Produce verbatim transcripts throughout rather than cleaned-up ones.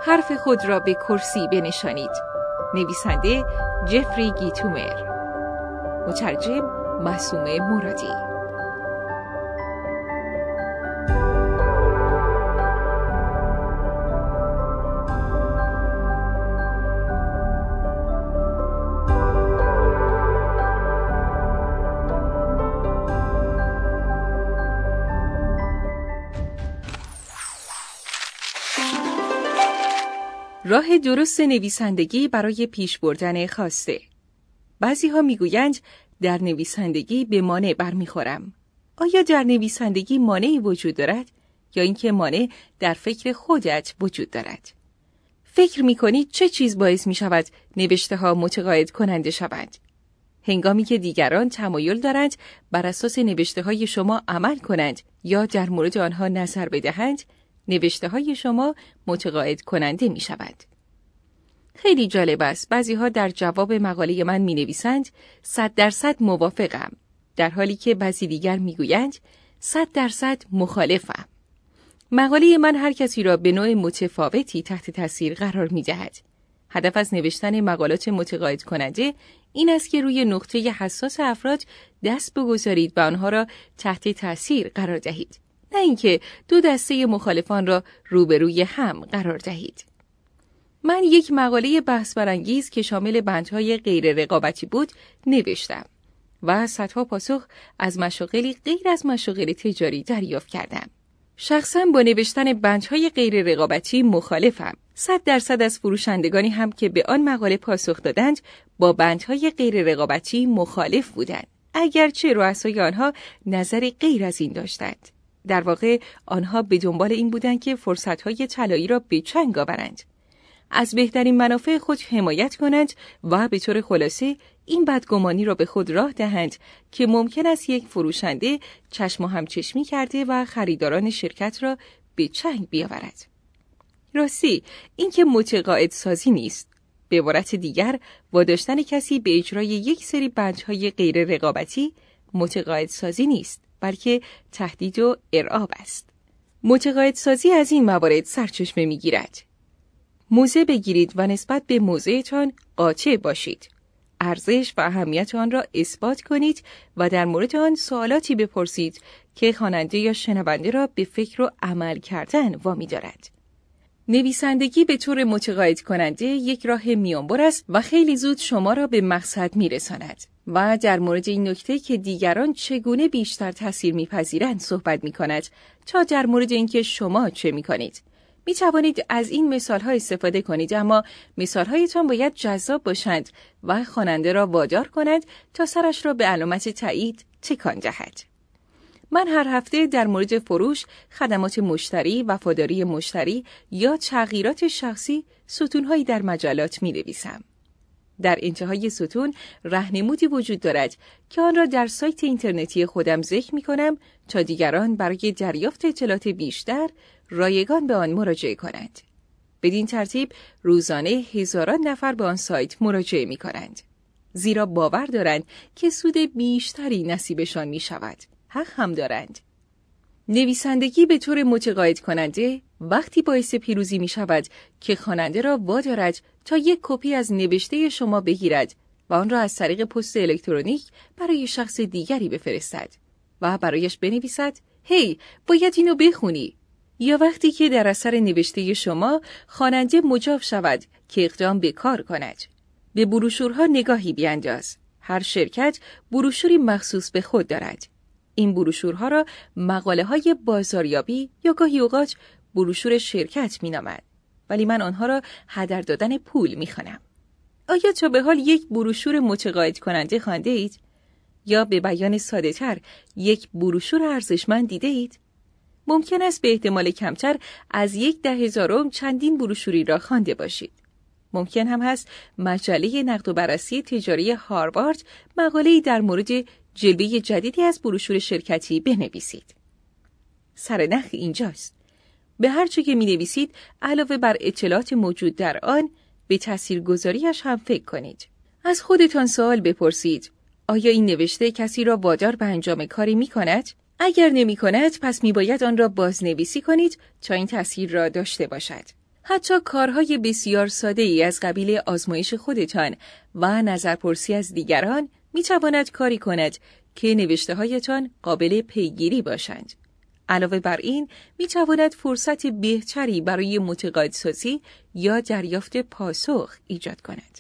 حرف خود را به کرسی بنشانید. نویسنده جفری گیتومر. مترجم معصومه مرادی. راه درست نویسندگی برای پیش بردن خواسته. بعضی ها می گویند در نویسندگی به مانع برمیخورم. آیا در نویسندگی مانعی وجود دارد یا اینکه مانع در فکر خودت وجود دارد؟ فکر می کنید چه چیز باعث می شود نوشته ها متقاعد کننده شود؟ هنگامی که دیگران تمایل دارند بر اساس نوشته های شما عمل کنند یا در مورد آنها نظر بدهند، نوشته های شما متقاعد کننده می شود. خیلی جالب است. بعضی ها در جواب مقاله من می نویسند صد درصد موافقم، در حالی که بعضی دیگر می گویند صد درصد مخالفم. مقاله من هر کسی را به نوع متفاوتی تحت تاثیر قرار می دهد. هدف از نوشتن مقالات متقاعد کننده این است که روی نقطه حساس افراد دست بگذارید و آنها را تحت تاثیر قرار دهید، نه اینکه دو دسته مخالفان را روبروی هم قرار دهید. من یک مقاله بحث برانگیز که شامل بندهای غیر رقابتی بود نوشتم و صدها پاسخ از مشاغلی غیر از مشاغل تجاری دریافت کردم. شخصاً با نوشتن بندهای غیر رقابتی مخالفم. صد درصد از فروشندگانی هم که به آن مقاله پاسخ دادند با بندهای غیر رقابتی مخالف بودند، اگرچه رؤسای آنها نظر غیر از این داشتند. در واقع آنها به دنبال این بودند که فرصت‌های طلایی را به چنگ آورند، از بهترین منافع خود حمایت کنند و به طور خلاصه این بدگمانی را به خود راه دهند که ممکن است یک فروشنده چشم و همچشمی کرده و خریداران شرکت را به چنگ بیاورد. راستی این که متقاعد سازی نیست. به عبارت دیگر، واداشتن کسی به اجرای یک سری بندهای غیر رقابتی متقاعد سازی نیست، بلکه تهدید و ارعاب است. متقاعد سازی از این موارد سرچشمه می‌گیرد. موضع بگیرید و نسبت به موضعتان قاطع باشید. ارزش و اهمیت آن را اثبات کنید و در مورد آن سوالاتی بپرسید که خواننده یا شنونده را به فکر و عمل کردن وامی دارد. نویسندگی به طور متقاعد کننده یک راه میانبر است و خیلی زود شما را به مقصد میرساند و در مورد این نکته که دیگران چگونه بیشتر تأثیر میپذیرند صحبت میکند تا در مورد اینکه شما چه میکنید. می توانید از این مثال‌ها استفاده کنید، اما مثال‌هایتان باید جذاب باشند و خواننده را وادار کنند تا سرش را به علامت تایید تکان دهد. من هر هفته در مورد فروش، خدمات مشتری، وفاداری مشتری یا تغییرات شخصی ستون‌هایی در مجلات می‌نویسم. در انتهای ستون راهنمودی وجود دارد که آن را در سایت اینترنتی خودم ذکر می‌کنم تا دیگران برای دریافت اطلاعات بیشتر رایگان به آن مراجعه کنند. بدین ترتیب روزانه هزاران نفر به آن سایت مراجعه می‌کنند، زیرا باور دارند که سود بیشتری نصیبشان می‌شود. حق هم دارند. نویسندگی به طور متقاعد کننده وقتی باعث پیروزی می شود که خواننده را وادارد تا یک کپی از نوشته شما بگیرد و آن را از طریق پست الکترونیک برای شخص دیگری بفرستد و برایش بنویسد هی باید اینو بخونی، یا وقتی که در اثر نوشته شما خواننده مجاب شود که اقدام به کار کند. به بروشورها نگاهی بیانداز. هر شرکت بروشوری مخصوص به خود دارد. این بروشورها را مقاله های بازاریابی یا گاهی اوقات بروشور شرکت می نامد، ولی من آنها را هدر دادن پول می خوانم. آیا تا به حال یک بروشور متقاعد کننده خوانده اید؟ یا به بیان ساده تر یک بروشور ارزشمند دیده اید؟ ممکن است به احتمال کمتر از یک ده هزارم چندین بروشوری را خوانده باشید. ممکن هم هست مجله نقد و بررسی تجاری هاروارد مقاله‌ای در مورد جلوه جدیدی از بروشور شرکتی بنویسید. سرنخ اینجاست. به هر چه که می‌نویسید علاوه بر اطلاعات موجود در آن به تاثیرگذاریش هم فکر کنید. از خودتان سوال بپرسید: آیا این نوشته کسی را وادار به انجام کاری می‌کند؟ اگر نمی‌کند پس می‌باید آن را بازنویسی کنید تا این تاثیر را داشته باشد. حتی کارهای بسیار ساده ای از قبیل آزمایش خودتان و نظرپرسی از دیگران می تواند کاری کند که نوشته هایتان قابل پیگیری باشند. علاوه بر این، می تواند فرصت بهتری برای متقاعدسازی یا دریافت پاسخ ایجاد کند.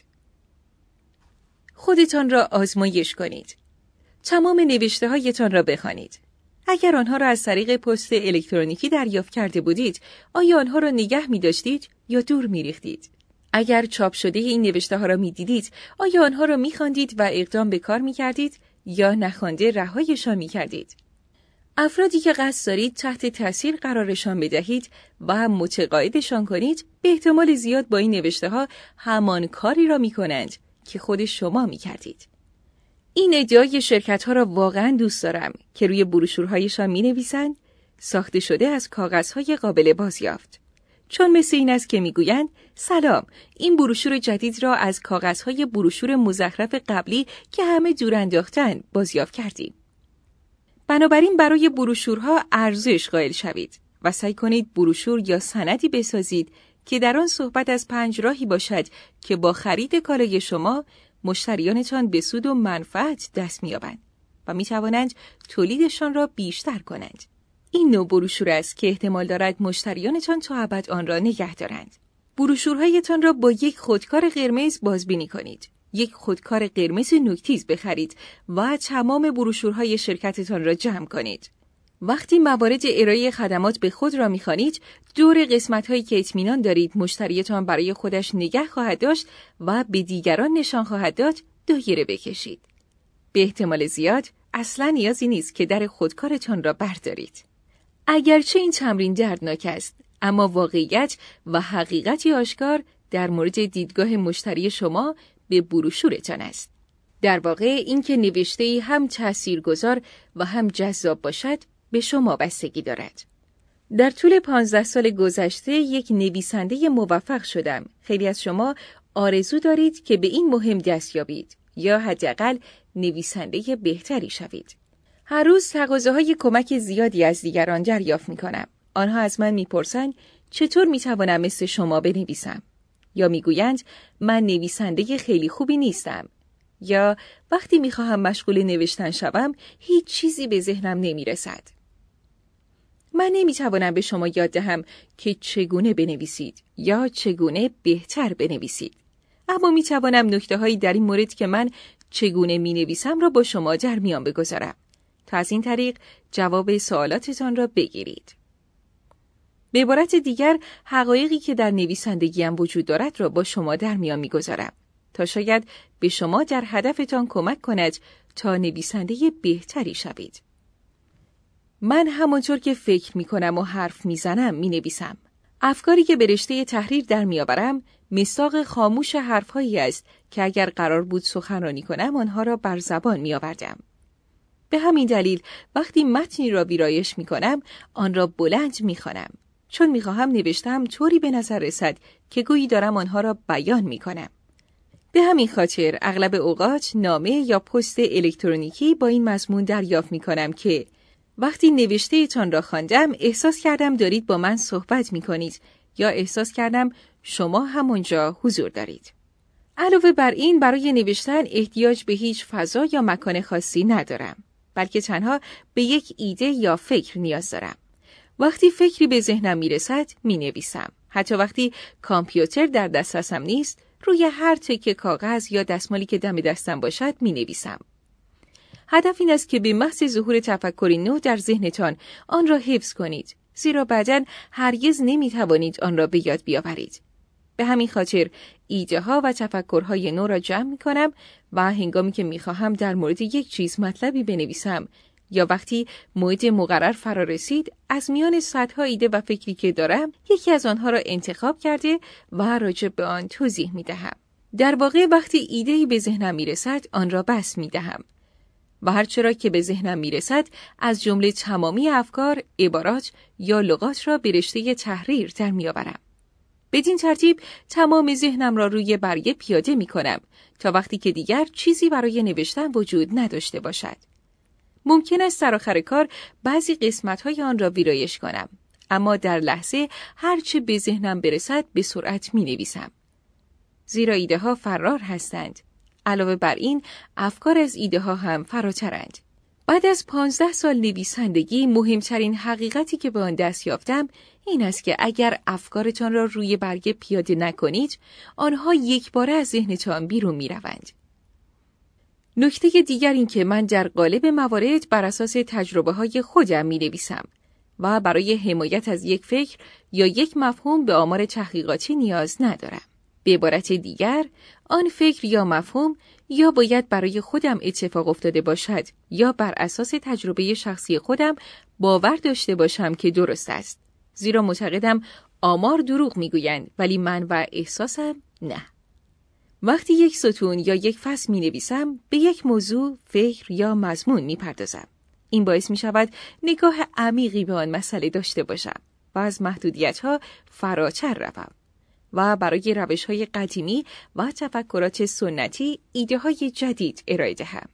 خودتان را آزمایش کنید. تمام نوشته هایتان را بخوانید. اگر آنها را از طریق پست الکترونیکی دریافت کرده بودید، آیا آنها را نگه می داشتید یا دور می ریختید؟ اگر چاپ شده این نوشته ها را می دیدید، آیا آنها را می خواندید و اقدام به کار می کردید یا نخوانده رهایشان می کردید؟ افرادی که قصد دارید تحت تاثیر قرارشان بدهید و متقاعدشان کنید، به احتمال زیاد با این نوشته ها همان کاری را می کنند که خود شما می کردید. این ادعای شرکت ها را واقعا دوست دارم که روی بروشورهایشان می نویسند ساخته شده از کاغذهای قابل بازیافت. چون مثل این است که می گویند سلام، این بروشور جدید را از کاغذهای بروشور مزخرف قبلی که همه دور انداختند بازیافت کردیم. بنابراین برای بروشورها ارزش قائل شوید و سعی کنید بروشور یا سندی بسازید که در آن صحبت از پنج راهی باشد که با خرید کالای شما مشتریانتان به سود و منفعت دست می‌یابند و می‌توانند تولیدشان را بیشتر کنند. این نوع بروشور است که احتمال دارد مشتریانتان تا ابد آن را نگه دارند. بروشورهایتان را با یک خودکار قرمز بازبینی کنید. یک خودکار قرمز نوک‌تیز بخرید و تمام بروشورهای شرکتتان را جمع کنید. وقتی موارد ارائه خدمات به خود را می‌خوانید، دور قسمت‌هایی که اطمینان دارید مشتریتان برای خودش نگه خواهد داشت و به دیگران نشان خواهد داد، دایره بکشید. به احتمال زیاد اصلاً نیازی نیست که در خودکارتان را بردارید. اگرچه این تمرین دردناک است، اما واقعیت و حقیقتی آشکار در مورد دیدگاه مشتری شما به بروشورتان است. در واقع اینکه نوشته‌ای هم تاثیرگذار و هم جذاب باشد به شما بستگی دارد. در طول پانزده سال گذشته یک نویسنده موفق شدم. خیلی از شما آرزو دارید که به این مهم دست یابید یا حداقل نویسنده بهتری شوید. هر روز تقاضاهای کمک زیادی از دیگران دریافت می‌کنم. آنها از من می‌پرسند چطور می‌توانم مثل شما بنویسم؟ یا می‌گویند من نویسنده خیلی خوبی نیستم. یا وقتی می‌خواهم مشغول نوشتن شوم هیچ چیزی به ذهنم نمی‌رسد. من نمی‌توانم به شما یاد دهم که چگونه بنویسید یا چگونه بهتر بنویسید. اما می‌توانم نکته‌هایی در این مورد که من چگونه می‌نویسم را با شما در میان بگذارم تا از این طریق جواب سوالاتتان را بگیرید. به عبارت دیگر، حقایقی که در نویسندگیم وجود دارد را با شما در میان می‌گذارم تا شاید به شما در هدفتان کمک کند تا نویسنده بهتری شوید. من همانطور که فکر می‌کنم و حرف می‌زنم می‌نویسم. افکاری که به رشته تحریر در می‌آورم مصداق خاموش حرف‌هایی است که اگر قرار بود سخنرانی کنم آنها را بر زبان می‌آوردم. به همین دلیل وقتی متنی را ویرایش می‌کنم آن را بلند می‌خوانم، چون می‌خواهم نوشتم طوری به نظر رسد که گویی دارم آنها را بیان می‌کنم. به همین خاطر اغلب اوقات نامه یا پست الکترونیکی با این مضمون دریافت می‌کنم که وقتی نوشته تان را خواندم احساس کردم دارید با من صحبت می‌کنید یا احساس کردم شما همونجا حضور دارید. علاوه بر این برای نوشتن احتیاج به هیچ فضا یا مکان خاصی ندارم، بلکه تنها به یک ایده یا فکر نیاز دارم. وقتی فکری به ذهنم میرسد مینویسم. حتی وقتی کامپیوتر در دسترسم نیست، روی هر تکه کاغذ یا دستمالی که دم دستم باشد مینویسم. هدف این است که به محض ظهور تفکری نو در ذهنتان آن را حفظ کنید، زیرا بعداً هرگز نمیتوانید آن را به یاد بیاورید. به همین خاطر ایده ها و تفکرهای نو را جمع می کنم و هنگامی که می خواهم در مورد یک چیز مطلبی بنویسم یا وقتی موعد مقرر فرا رسید از میان صدها ایده و فکری که دارم یکی از آنها را انتخاب کرده و راجع به آن توضیح می دهم. در واقع وقتی ایده‌ای به ذهنم می رسد آن را بس می دهم و هرچه را که به ذهنم می رسد از جمله تمامی افکار، عبارات یا لغات را به رشته تحریر در می آورم. بدین ترتیب تمام ذهنم را روی برگه پیاده می کنم تا وقتی که دیگر چیزی برای نوشتن وجود نداشته باشد. ممکن است در آخر کار بعضی قسمت‌های آن را ویرایش کنم، اما در لحظه هر چه به ذهنم برسد به سرعت می نویسم. زیرا ایده ها فرار هستند. علاوه بر این، افکار از ایده ها هم فراترند. بعد از پانزده سال نویسندگی، مهمترین حقیقتی که به آن دست یافتم این است که اگر افکارتان را روی برگه پیاده نکنید، آنها یکباره از ذهنتان بیرون می روند. نکته دیگر این که من در قالب موارد بر اساس تجربه های خودم می نویسم و برای حمایت از یک فکر یا یک مفهوم به آمار تحقیقاتی نیاز ندارم. به عبارت دیگر، آن فکر یا مفهوم یا باید برای خودم اتفاق افتاده باشد یا بر اساس تجربه شخصی خودم باور داشته باشم که درست است. زیرا معتقدم آمار دروغ میگویند ولی من و احساسم نه. وقتی یک ستون یا یک فصل می نویسم به یک موضوع، فکر یا مضمون می پردازم. این باعث می شود نگاه عمیقی به آن مسئله داشته باشم و از محدودیت‌ها فراتر روم و برای روش‌های قدیمی و تفکرات سنتی ایده‌های جدید ارائه دهم.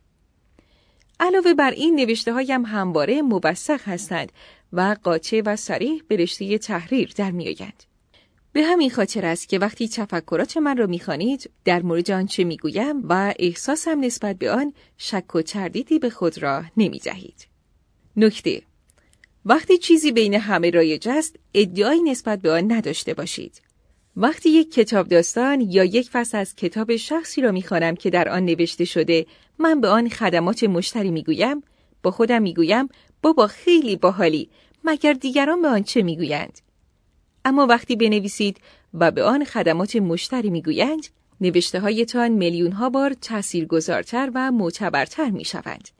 علاوه بر این نوشته‌هایم همواره موثق هستند و قاطع و صریح به رشته تحریر در می‌آیند. به همین خاطر است که وقتی تفکرات من را می‌خوانید در مورد آنچه می‌گویم و احساسم نسبت به آن شک و تردیدی به خود را نمی‌دهید. نکته: وقتی چیزی بین همه رایج است، ادعایی نسبت به آن نداشته باشید. وقتی یک کتاب داستان یا یک فصل از کتاب شخصی را می‌خوانم که در آن نوشته شده، من به آن خدمات مشتری می‌گویم، با خودم می‌گویم بابا خیلی باحالی، مگر دیگران به آن چه می‌گویند؟ اما وقتی بنویسید و به آن خدمات مشتری می‌گویند، نوشته‌هایتان میلیون‌ها بار تاثیرگذارتر و معتبرتر می‌شوند.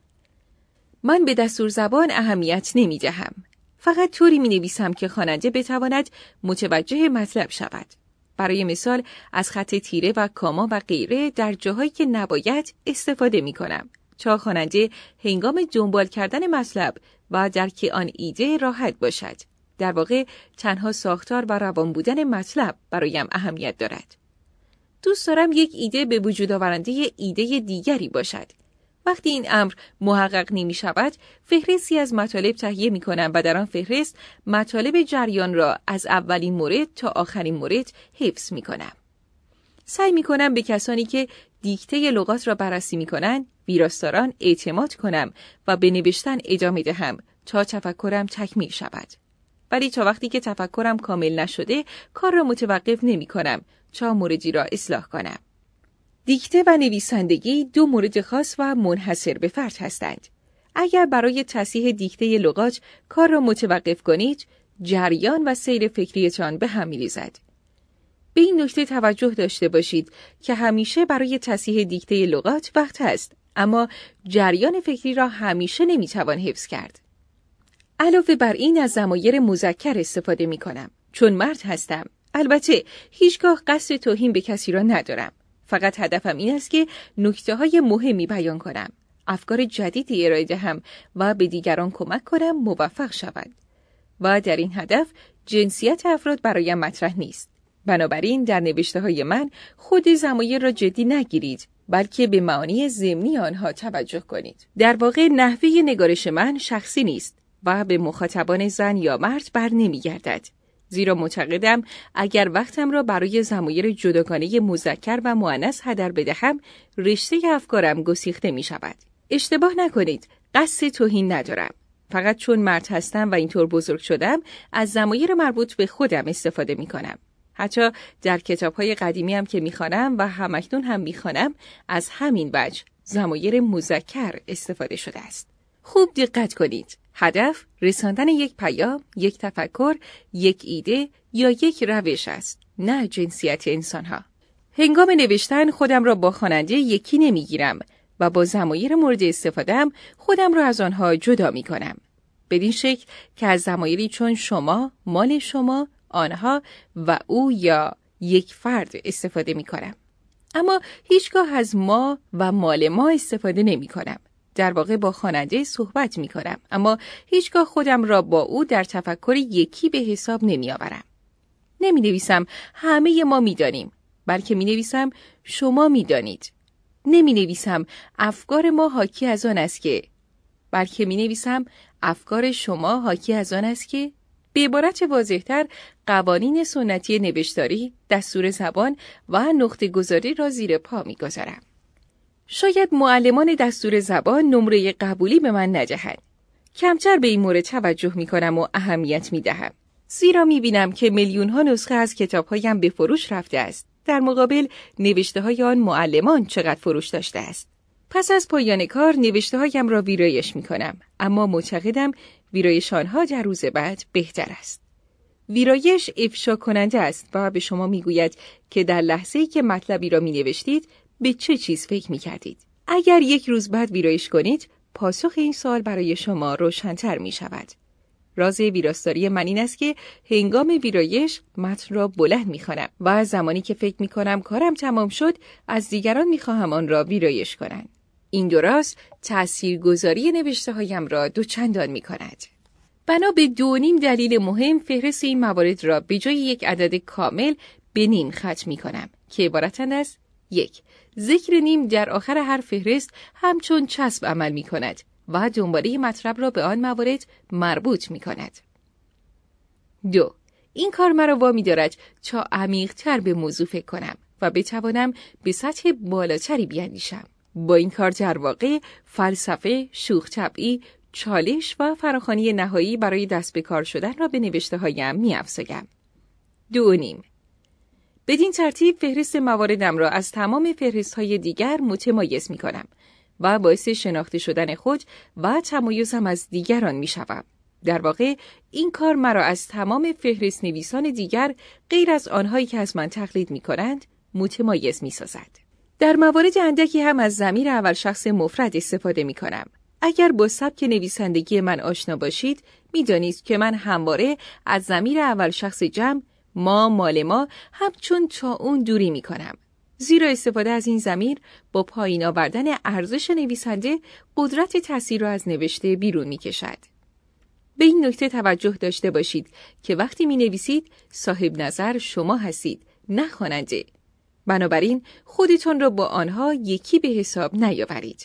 من به دستور زبان اهمیت نمی‌دهم. فقط طوری می‌نویسم که خواننده بتواند متوجه مطلب شود. برای مثال از خط تیره و کاما و غیره در جاهایی که نباید استفاده می‌کنم تا خواننده هنگام دنبال کردن مطلب و درک آن ایده راحت باشد. در واقع تنها ساختار و روان بودن مطلب برایم اهمیت دارد. دوست دارم یک ایده به وجود آورنده ایده دیگری باشد. وقتی این امر محقق نمی شود، فهرستی از مطالب تهیه می کنم و در آن فهرست مطالب جریان را از اولین مورد تا آخرین مورد حفظ می کنم. سعی می کنم به کسانی که دیکته لغات را بررسی می کنند، ویراستاران اعتماد کنم و به نوشتن ادامه دهم تا تفکرم تکمیل شود. ولی تا وقتی که تفکرم کامل نشده، کار را متوقف نمی کنم تا موردی را اصلاح کنم. دیکته و نویسندگی دو مورد خاص و منحصر به فرد هستند. اگر برای تصحیح دیکته لغات کار را متوقف کنید، جریان و سیر فکریتان به هم می‌ریزد. به این نکته توجه داشته باشید که همیشه برای تصحیح دیکته لغات وقت هست، اما جریان فکری را همیشه نمی‌توان حفظ کرد. علاوه بر این از ضمایر مذکر استفاده می‌کنم، چون مرد هستم. البته هیچگاه قصد توهین به کسی را ندارم. فقط هدفم این است که نکته‌های مهمی بیان کنم، افکار جدیدی ارائه دهم و به دیگران کمک کنم موفق شوند. و در این هدف جنسیت افراد برایم مطرح نیست. بنابراین در نوشته‌های من خود ضمایر را جدی نگیرید، بلکه به معانی ضمنی آنها توجه کنید. در واقع نحوه نگارش من شخصی نیست و به مخاطبان زن یا مرد بر نمی‌گردد. زیرا معتقدم اگر وقتم را برای ضمایر جداگانه مذکر و مؤنث هدر بدهم، رشته افکارم گسیخته می شود. اشتباه نکنید، قصد توهین ندارم. فقط چون مرد هستم و اینطور بزرگ شدم، از ضمایر مربوط به خودم استفاده می کنم. حتی در کتاب‌های قدیمی هم که می‌خوانم و همکنون هم می‌خوانم، از همین وجه ضمایر مذکر استفاده شده است. خوب دقت کنید. هدف رساندن یک پیام، یک تفکر، یک ایده یا یک روش است، نه جنسیت انسان‌ها. هنگام نوشتن خودم را با خواننده یکی نمیگیرم و با ضمایر مورد استفاده‌ام خودم را از آنها جدا می‌کنم. بدین شکل که از ضمایری چون شما، مال شما، آنها و او یا یک فرد استفاده می‌کنم. اما هیچگاه از ما و مال ما استفاده نمی‌کنم. در واقع با خواننده صحبت می کنم، اما هیچگاه خودم را با او در تفکر یکی به حساب نمی آورم. نمی نویسم همه ما می دانیم، بلکه می نویسم شما می دانید. نمی نویسم افکار ما حاکی از آن است که، بلکه می نویسم افکار شما حاکی از آن است که. به عبارت واضح‌تر، قوانین سنتی نوشتاری، دستور زبان و نقطه گذاری را زیر پا می‌گذارم. شاید معلمان دستور زبان نمره قبولی به من ندهند. کمتر به این مورد توجه می‌کنم و اهمیت می‌دهم. زیرا می‌بینم که میلیون‌ها نسخه از کتاب‌هایم به فروش رفته است. در مقابل نوشته‌های آن معلمان چقدر فروش داشته است. پس از پایان کار نوشته‌هایم را ویرایش می‌کنم، اما معتقدم ویرایش آنها در روز بعد بهتر است. ویرایش افشا کننده است و به شما می‌گوید که در لحظه‌ای که مطلبی را می‌نوشتید به چه چیز فکر می‌کردید. اگر یک روز بعد ویرایش کنید، پاسخ این سوال برای شما روشن‌تر می‌شود. راز ویراستاری من این است که هنگام ویرایش متن را بلند می‌خوانم و زمانی که فکر می‌کنم کارم تمام شد، از دیگران می‌خواهم آن را ویرایش کنند. این دو راز تأثیرگذاری نوشته‌هایم را دوچندان می‌کند. بنا به دو نیم دلیل مهم فهرست این موارد را به جای یک عدد کامل به نیم ختم می‌کنم که عبارتند از یک. ذکر نیم در آخر هر فهرست همچون چسب عمل می‌کند و دنباله مطلب را به آن موارد مربوط می‌کند. دو. این کار مرا وامی دارد تا عمیق‌تر به موضوع فکر کنم و بتوانم به سطح بالاتری بیاندیشم. با این کار در واقع فلسفه، شوخ طبعی، چالش و فراخوانی نهایی برای دست به کار شدن را به نوشته‌هایم می‌افزایم. دو و نیم. بدین ترتیب فهرست مواردم را از تمام فهرست‌های دیگر متمایز می‌کنم و باعث شناخته شدن خود و تمایزم از دیگران می‌شوم. در واقع این کار مرا از تمام فهرست نویسان دیگر غیر از آنهایی که از من تقلید می‌کنند متمایز می‌سازد. در موارد اندکی هم از ضمیر اول شخص مفرد استفاده می‌کنم. اگر با سبک نویسندگی من آشنا باشید، می‌دانید که من همواره از ضمیر اول شخص جمع ما، مال ما، همچون تا اون دوری می‌کنم. زیرا استفاده از این ضمیر با پایین آوردن ارزش نویسنده قدرت تأثیر را از نوشته بیرون می‌کشد. به این نکته توجه داشته باشید که وقتی می‌نویسید صاحب نظر شما هستید، نه خواننده. بنابراین خودتان را با آنها یکی به حساب نیاورید.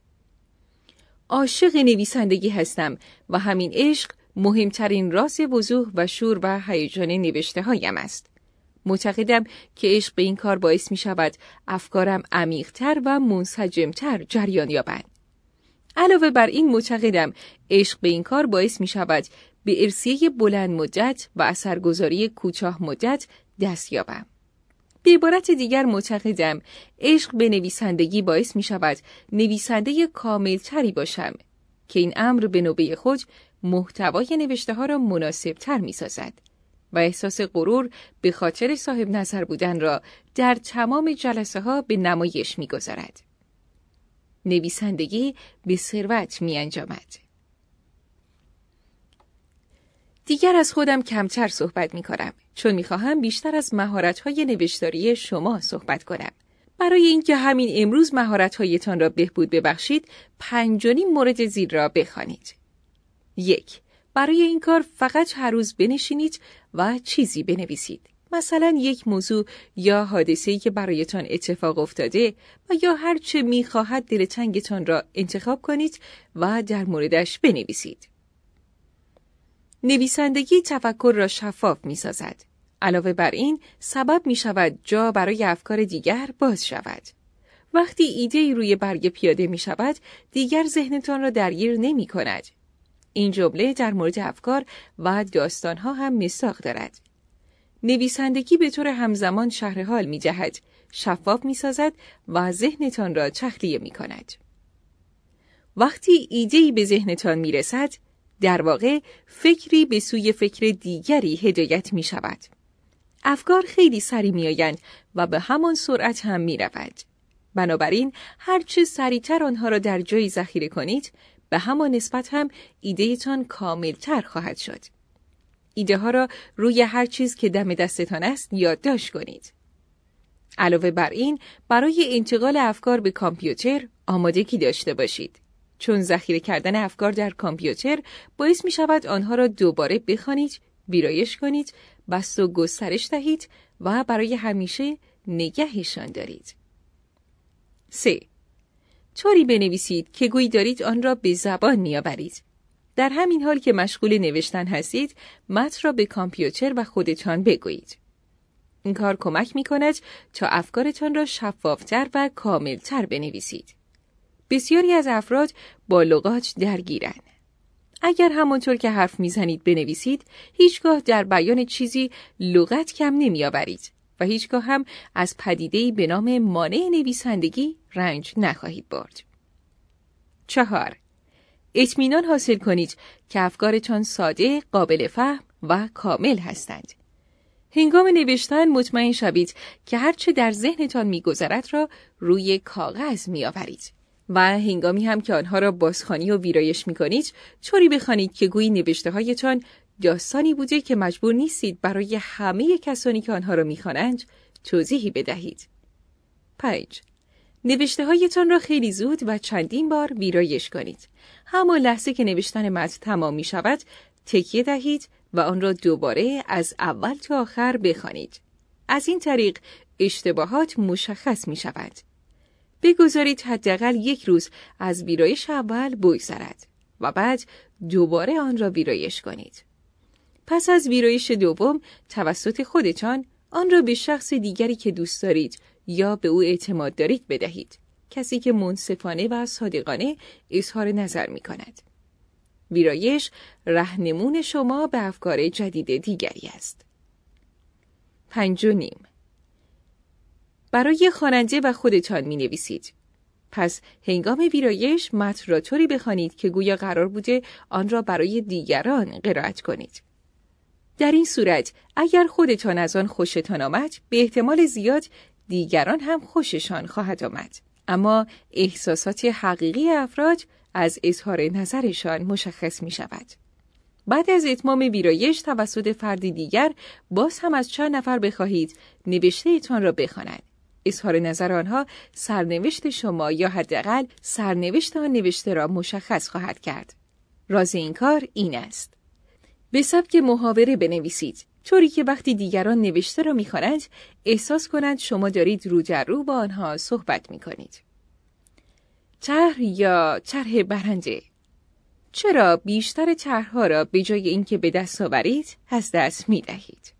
عاشق نویسندگی هستم و همین عشق مهمترین راز وضوح و شور و هیجان نوشته‌هایم است. معتقدم که عشق به این کار باعث می شود افکارم عمیق‌تر و منسجم‌تر جریان یابند. علاوه بر این معتقدم عشق به این کار باعث می شود به ارثیه بلند مدت و اثرگذاری کوتاه مدت دست یابم. به عبارت دیگر معتقدم عشق به نویسندگی باعث می شود نویسنده کاملتری باشم که این امر به نوبه خود محتوای نوشته ها را مناسب تر می سازد و احساس غرور به خاطر صاحب نظر بودن را در تمام جلسه ها به نمایش می گذارد. نویسندگی به ثروت می انجامد. دیگر از خودم کمتر صحبت می کنم چون می خواهم بیشتر از مهارت‌های نوشتاری شما صحبت کنم. برای اینکه همین امروز مهارت‌هایتان را بهبود ببخشید، پنج و نیم مورد زیر را بخوانید. یک. برای این کار فقط هر روز بنشینید و چیزی بنویسید. مثلا یک موضوع یا حادثه‌ای که برایتان اتفاق افتاده و یا هر چه می‌خواهد دلتنگتان را انتخاب کنید و در موردش بنویسید. نویسندگی تفکر را شفاف می‌سازد. علاوه بر این سبب می‌شود جا برای افکار دیگر باز شود. وقتی ایده‌ای روی برگ پیاده می‌شود، دیگر ذهنتان را درگیر نمی‌کند. این جمله در مورد افکار و داستان‌ها هم مصداق دارد. نویسندگی به طور همزمان شرح حال می‌دهد، شفاف می‌سازد و ذهنتان را تخلیه می‌کند. وقتی ایده‌ای به ذهنتان می‌رسد، در واقع فکری به سوی فکر دیگری هدایت می‌شود. افکار خیلی سریع می‌آیند و به همان سرعت هم می‌روند. بنابراین هرچه سریعتر آنها را در جایی ذخیره کنید، به همان نسبت هم ایده‌تان کاملتر خواهد شد. ایده ها را روی هر چیز که دم دستتان است یادداشت کنید. علاوه بر این، برای انتقال افکار به کامپیوتر آمادگی داشته باشید. چون ذخیره کردن افکار در کامپیوتر باعث می شود آنها را دوباره بخوانید، ویرایش کنید، بسط و گسترش دهید و برای همیشه نگهشان دارید. سه. طوری بنویسید که گویی دارید آن را به زبان می‌آورید. در همین حال که مشغول نوشتن هستید، متن را به کامپیوتر و خودتان بگویید. این کار کمک می کند تا افکارتان را شفافتر و کاملتر بنویسید. بسیاری از افراد با لغات درگیرند. اگر همانطور که حرف میزنید بنویسید، هیچگاه در بیان چیزی لغت کم نمیآورید و هیچگاه هم از پدیده‌ای به نام مانع نویسندگی رنج نخواهید برد. چهار. اطمینان حاصل کنید که افکارتان ساده، قابل فهم و کامل هستند. هنگام نوشتن مطمئن شوید که هرچه در ذهنتان می‌گذرد را روی کاغذ می‌آورید. و هنگامی هم که آنها را بازخوانی و ویرایش می‌کنید، طوری بخوانید که گویی نوشته‌هایتان داستانی بوده که مجبور نیستید برای همه کسانی که آنها را می‌خوانند توضیحی بدهید. پنج. نوشته‌هایتان را خیلی زود و چندین بار ویرایش کنید. همان لحظه که نوشتن متن تمام می‌شود، تکیه دهید و آن را دوباره از اول تا آخر بخوانید. از این طریق اشتباهات مشخص می‌شود. بگذارید حداقل یک روز از ویرایش اول بگذرد و بعد دوباره آن را ویرایش کنید. پس از ویرایش دوم توسط خودتان آن را به شخص دیگری که دوست دارید یا به او اعتماد دارید بدهید، کسی که منصفانه و صادقانه اظهار نظر می کند. ویرایش راهنمون شما به افکار جدید دیگری است. پنج و نیم. برای خواننده و خودتان می نویسید. پس هنگام ویرایش متن را طوری بخوانید که گویا قرار بوده آن را برای دیگران قرائت کنید. در این صورت اگر خودتان از آن خوشتان آمد، به احتمال زیاد دیگران هم خوششان خواهد آمد. اما احساسات حقیقی افراد از اظهار نظرشان مشخص می شود. بعد از اتمام ویرایش توسط فردی دیگر، باز هم از چند نفر بخواهید نوشته ایتان را بخوانند. اظهار نظر آنها سرنوشت شما یا حداقل سرنوشت آن نوشته را مشخص خواهد کرد. راز این کار این است: به سبک محاوره بنویسید، طوری که وقتی دیگران نوشته را می‌خوانند احساس کنند شما دارید رو در رو با آنها صحبت می‌کنید. طرح یا طرح برنده. چرا بیشتر طرح‌ها را به جای اینکه به دست آورید از دست می‌دهید؟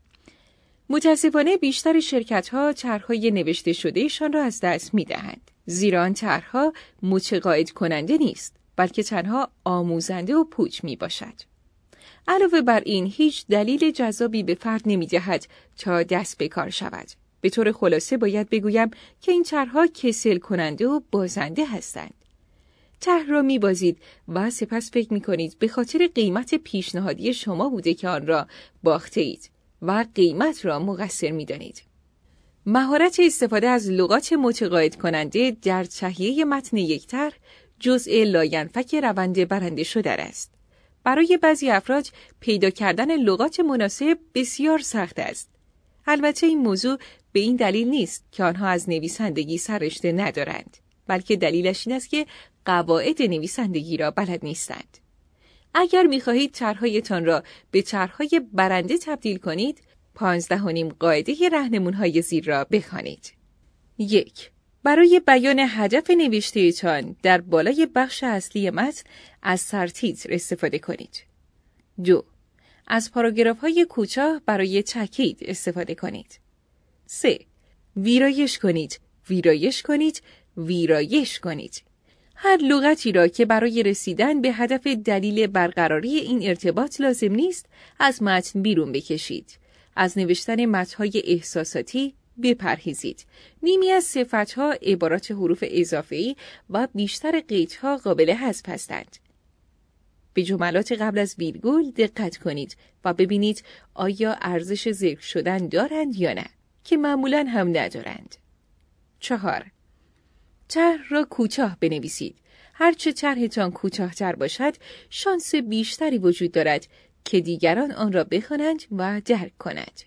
متاسفانه بیشتر شرکت‌ها طرح‌های نوشته شدهشان را از دست می‌دهند، زیرا آن طرح‌ها متقاعد کننده نیست، بلکه تنها آموزنده و پوچ میباشد. علاوه بر این هیچ دلیل جذابی به فرد نمی‌دهد تا دست به کار شود. به طور خلاصه باید بگویم که این طرح‌ها کسل کننده و بازنده هستند. طرح را می‌بازید و سپس فکر می‌کنید به خاطر قیمت پیشنهادی شما بوده که آن را باخته اید و قیمت را مقصر می‌دانید. مهارت استفاده از لغات متقاعد کننده در تهیه متن یک طرح جزء لاینفک روند برنده شدن است. برای بعضی افراد پیدا کردن لغات مناسب بسیار سخت است. البته این موضوع به این دلیل نیست که آنها از نویسندگی سررشته ندارند، بلکه دلیلش این است که قواعد نویسندگی را بلد نیستند. اگر می‌خواهید طرح‌هایتان را به طرح‌های برنده تبدیل کنید، پانزده و نیم قاعده راهنمون‌های زیر را بخوانید. یک. برای بیان هدف نوشته‌تان در بالای بخش اصلی متن از سرتیتر استفاده کنید. دو. از پاراگراف‌های کوتاه برای تاکید استفاده کنید. سه. ویرایش کنید، ویرایش کنید، ویرایش کنید. هر لغتی را که برای رسیدن به هدف دلیل برقراری این ارتباط لازم نیست، از متن بیرون بکشید. از نوشتن متن‌های احساساتی بپرهیزید. نیمی از صفت‌ها عبارات حروف اضافه‌ای و بیشتر قیدها قابل حذف هستند. به جملات قبل از ویرگول دقت کنید و ببینید آیا ارزش ذکر شدن دارند یا نه، که معمولاً هم ندارند. چهار. طرح را کوتاه بنویسید. هرچه طرحتان کوتاه‌تر باشد، شانس بیشتری وجود دارد که دیگران آن را بخوانند و درک کنند.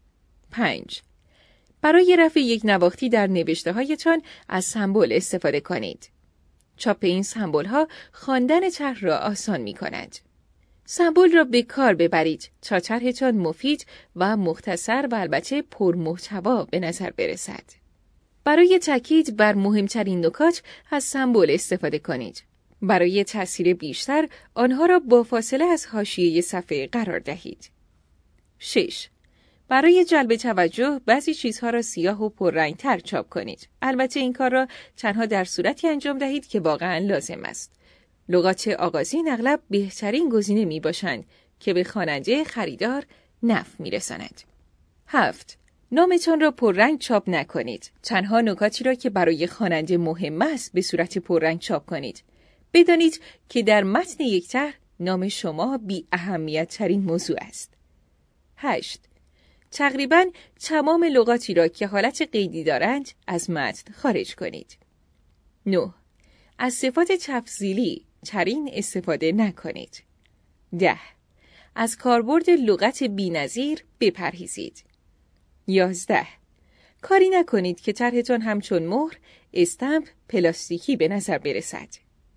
پنج. برای رفع یک نواختی در نوشته‌هایتان از سمبل استفاده کنید. چاپ این سمبل‌ها خواندن طرح را آسان می‌کند. سمبل را به کار ببرید تا طرحتان مفید و مختصر و البته پرمحتوا به نظر برسد. برای تاکید بر مهمترین نکات از سمبل استفاده کنید. برای تأثیر بیشتر آنها را با فاصله از حاشیه صفحه قرار دهید. شش. برای جلب توجه بعضی چیزها را سیاه و پررنگ‌تر چاپ کنید. البته این کار را تنها در صورتی انجام دهید که واقعاً لازم است. لغات آغازین اغلب بهترین گزینه می باشند که به خواننده خریدار نفع می رساند. هفت. نامتان را پررنگ چاپ نکنید. تنها نکاتی را که برای خواننده مهم است به صورت پررنگ چاپ کنید. بدانید که در متن یک طرح نام شما بی اهمیت ترین موضوع است. هشت. تقریباً تمام لغاتی را که حالت قیدی دارند از متن خارج کنید. نه. از صفات تفضیلی ترین استفاده نکنید. ده. از کاربرد لغت بی‌نظیر بپرهیزید. یازده. کاری نکنید که طرحتان همچون مهر، استمپ، پلاستیکی به نظر برسد.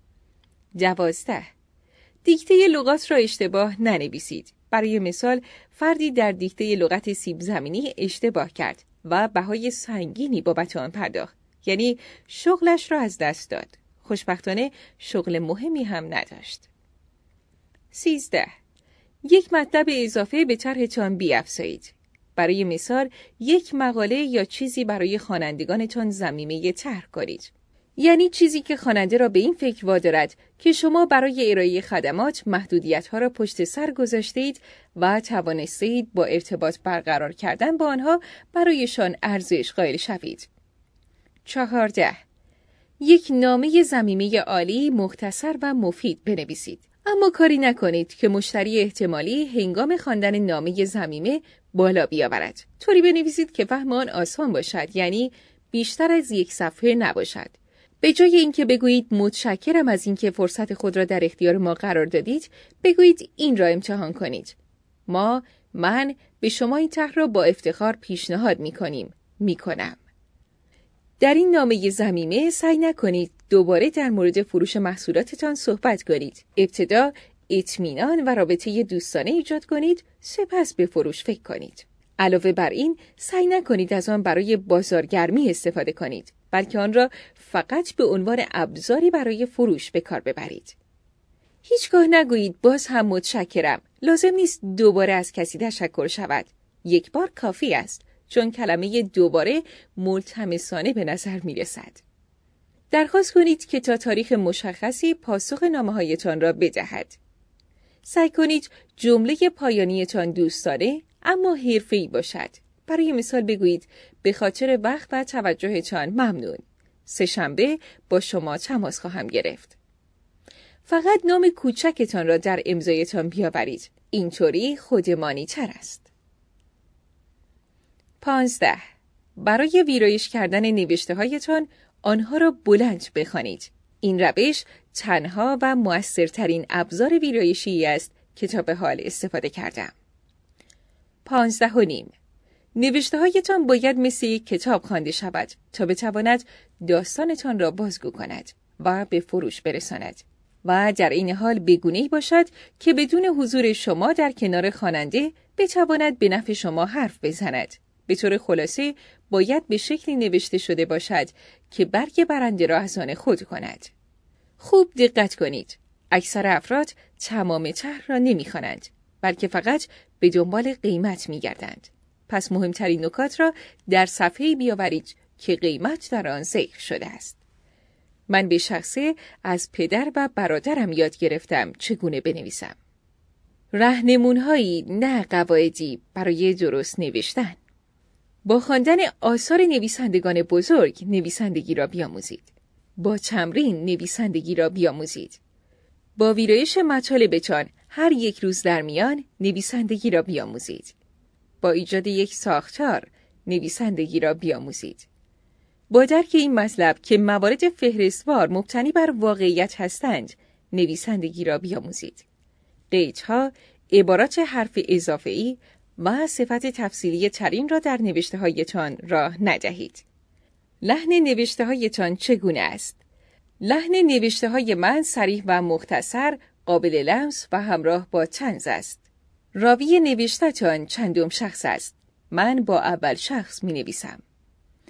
دوازده. دیکته لغات را اشتباه ننویسید. برای مثال، فردی در دیکته لغت سیب زمینی اشتباه کرد و بهای سنگینی بابت آن پرداخت. یعنی شغلش را از دست داد. خوشبختانه شغل مهمی هم نداشت. سیزده. یک مطلب اضافه به طرحتان بیفزایید. برای مثال، یک مقاله یا چیزی برای خوانندگانتان ضمیمه طرح کنید. یعنی چیزی که خواننده را به این فکر وادارد که شما برای ارائه خدمات محدودیت‌ها را پشت سر گذاشتید و توانستید با ارتباط برقرار کردن با آنها برایشان ارزش قائل شوید. چهارده. یک نامه ضمیمه عالی، مختصر و مفید بنویسید. اما کاری نکنید که مشتری احتمالی هنگام خواندن نامه ضمیمه بالا بیاورد. طوری بنویسید که فهم آن آسان باشد، یعنی بیشتر از یک صفحه نباشد. به جای اینکه بگویید متشکرم از اینکه فرصت خود را در اختیار ما قرار دادید، بگویید این را امتحان کنید. ما، من به شما این طرح را با افتخار پیشنهاد می‌کنیم، می‌کنم. در این نامه ضمیمه سعی نکنید دوباره در مورد فروش محصولاتتان صحبت کنید. ابتدا اطمینان و رابطه دوستانه ایجاد کنید، سپس به فروش فکر کنید. علاوه بر این، سعی نکنید از آن برای بازارگرمی استفاده کنید، بلکه آن را فقط به عنوان ابزاری برای فروش به کار ببرید. هیچگاه نگویید باز هم متشکرم. لازم نیست دوباره از کسی تشکر شود. یک بار کافی است، چون کلمه دوباره ملتمسانه به نظر می رسد. درخواست کنید که تا تاریخ مشخصی پاسخ نامه‌هایتان را بدهد. سعی کنید جمله پایانیتان دوستانه اما حرفه‌ای باشد. برای مثال بگویید به خاطر وقت و توجهتان ممنون. سه‌شنبه با شما تماس خواهم گرفت. فقط نام کوچکتان را در امضایتان بیاورید. اینطوری خودمانی تر است. پانزده. برای ویرایش کردن نوشته هایتان آنها را بلند بخوانید. این روش تنها و مؤثرترین ابزار ویرایشی است که تا به حال استفاده کردم. پانزده و نیم. نوشته هایتان باید مثل یک کتاب خوانده شود تا بتواند داستانتان را بازگو کند و به فروش برساند و در این حال بگونه‌ای باشد که بدون حضور شما در کنار خواننده بتواند به نفع شما حرف بزند. به طور خلاصه باید به شکلی نوشته شده باشد که برگ برنده را از آن خود کند. خوب دقت کنید. اکثر افراد تمام طرح را نمی‌خوانند، بلکه فقط به دنبال قیمت می‌گردند. پس مهمترین نکات را در صفحه‌ای بیاورید که قیمت در آن ذکر شده است. من به شخصه از پدر و برادرم یاد گرفتم چگونه بنویسم. راهنمون‌هایی نه قواعدی برای درست نوشتن. با خواندن آثار نویسندگان بزرگ نویسندگی را بیاموزید. با تمرین نویسندگی را بیاموزید. با ویرایش مطالبتان هر یک روز در میان نویسندگی را بیاموزید. با ایجاد یک ساختار نویسندگی را بیاموزید. با درک این مطلب که موارد فهرستوار مبتنی بر واقعیت هستند، نویسندگی را بیاموزید. قیدها، عبارات حرف اضافه‌ای و صفت تفصیلی ترین را در نوشته هایتان راه ندهید. لحن نوشته هایتان چگونه است؟ لحن نوشته های من صریح و مختصر، قابل لمس و همراه با طنز است. راوی نوشته‌تان چندم شخص است؟ من با اول شخص می نویسم.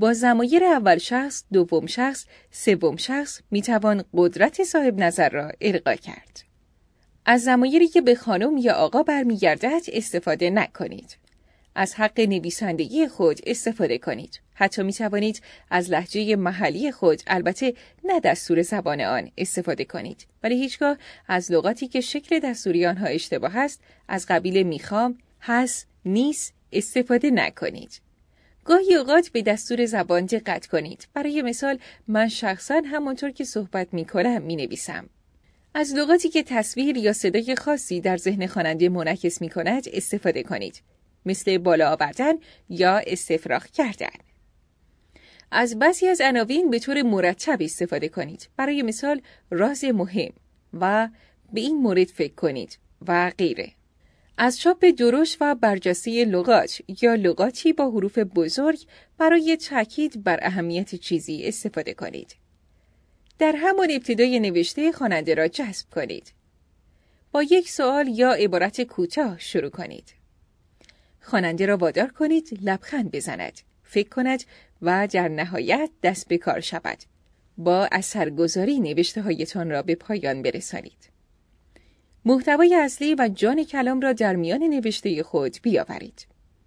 با ضمایر اول شخص، دوم شخص، سوم شخص میتوان قدرت صاحب نظر را القا کرد. از ضمایری که به خانم یا آقا برمیگردد استفاده نکنید. از حق نویسندگی خود استفاده کنید. حتی می توانید از لهجه محلی خود، البته نه دستور زبان آن، استفاده کنید. ولی هیچگاه از لغاتی که شکل دستوری آنها اشتباه است، از قبیل میخوام، هست، نیست استفاده نکنید. گاهی اوقات به دستور زبان دقت کنید. برای مثال من شخصاً همانطور که صحبت می کنم می نویسم. از لغاتی که تصویر یا صدای خاصی در ذهن خواننده منعکس می کند استفاده کنید. مثل بالا آوردن یا استفراغ کردن. از بعضی از عناوین به طور مرتب استفاده کنید. برای مثال راز مهم و به این مورد فکر کنید و غیره. از چاپ درشت و برجسته لغات یا لغاتی با حروف بزرگ برای تاکید بر اهمیت چیزی استفاده کنید. در همان ابتدای نوشته خواننده را جذب کنید. با یک سوال یا عبارت کوتاه شروع کنید. خواننده را وادار کنید لبخند بزند، فکر کند و در نهایت دست به کار شود. با اثرگذاری نوشته هایتان را به پایان برسانید. محتوای اصلی و جان کلام را در میان نوشته خود بیاورید.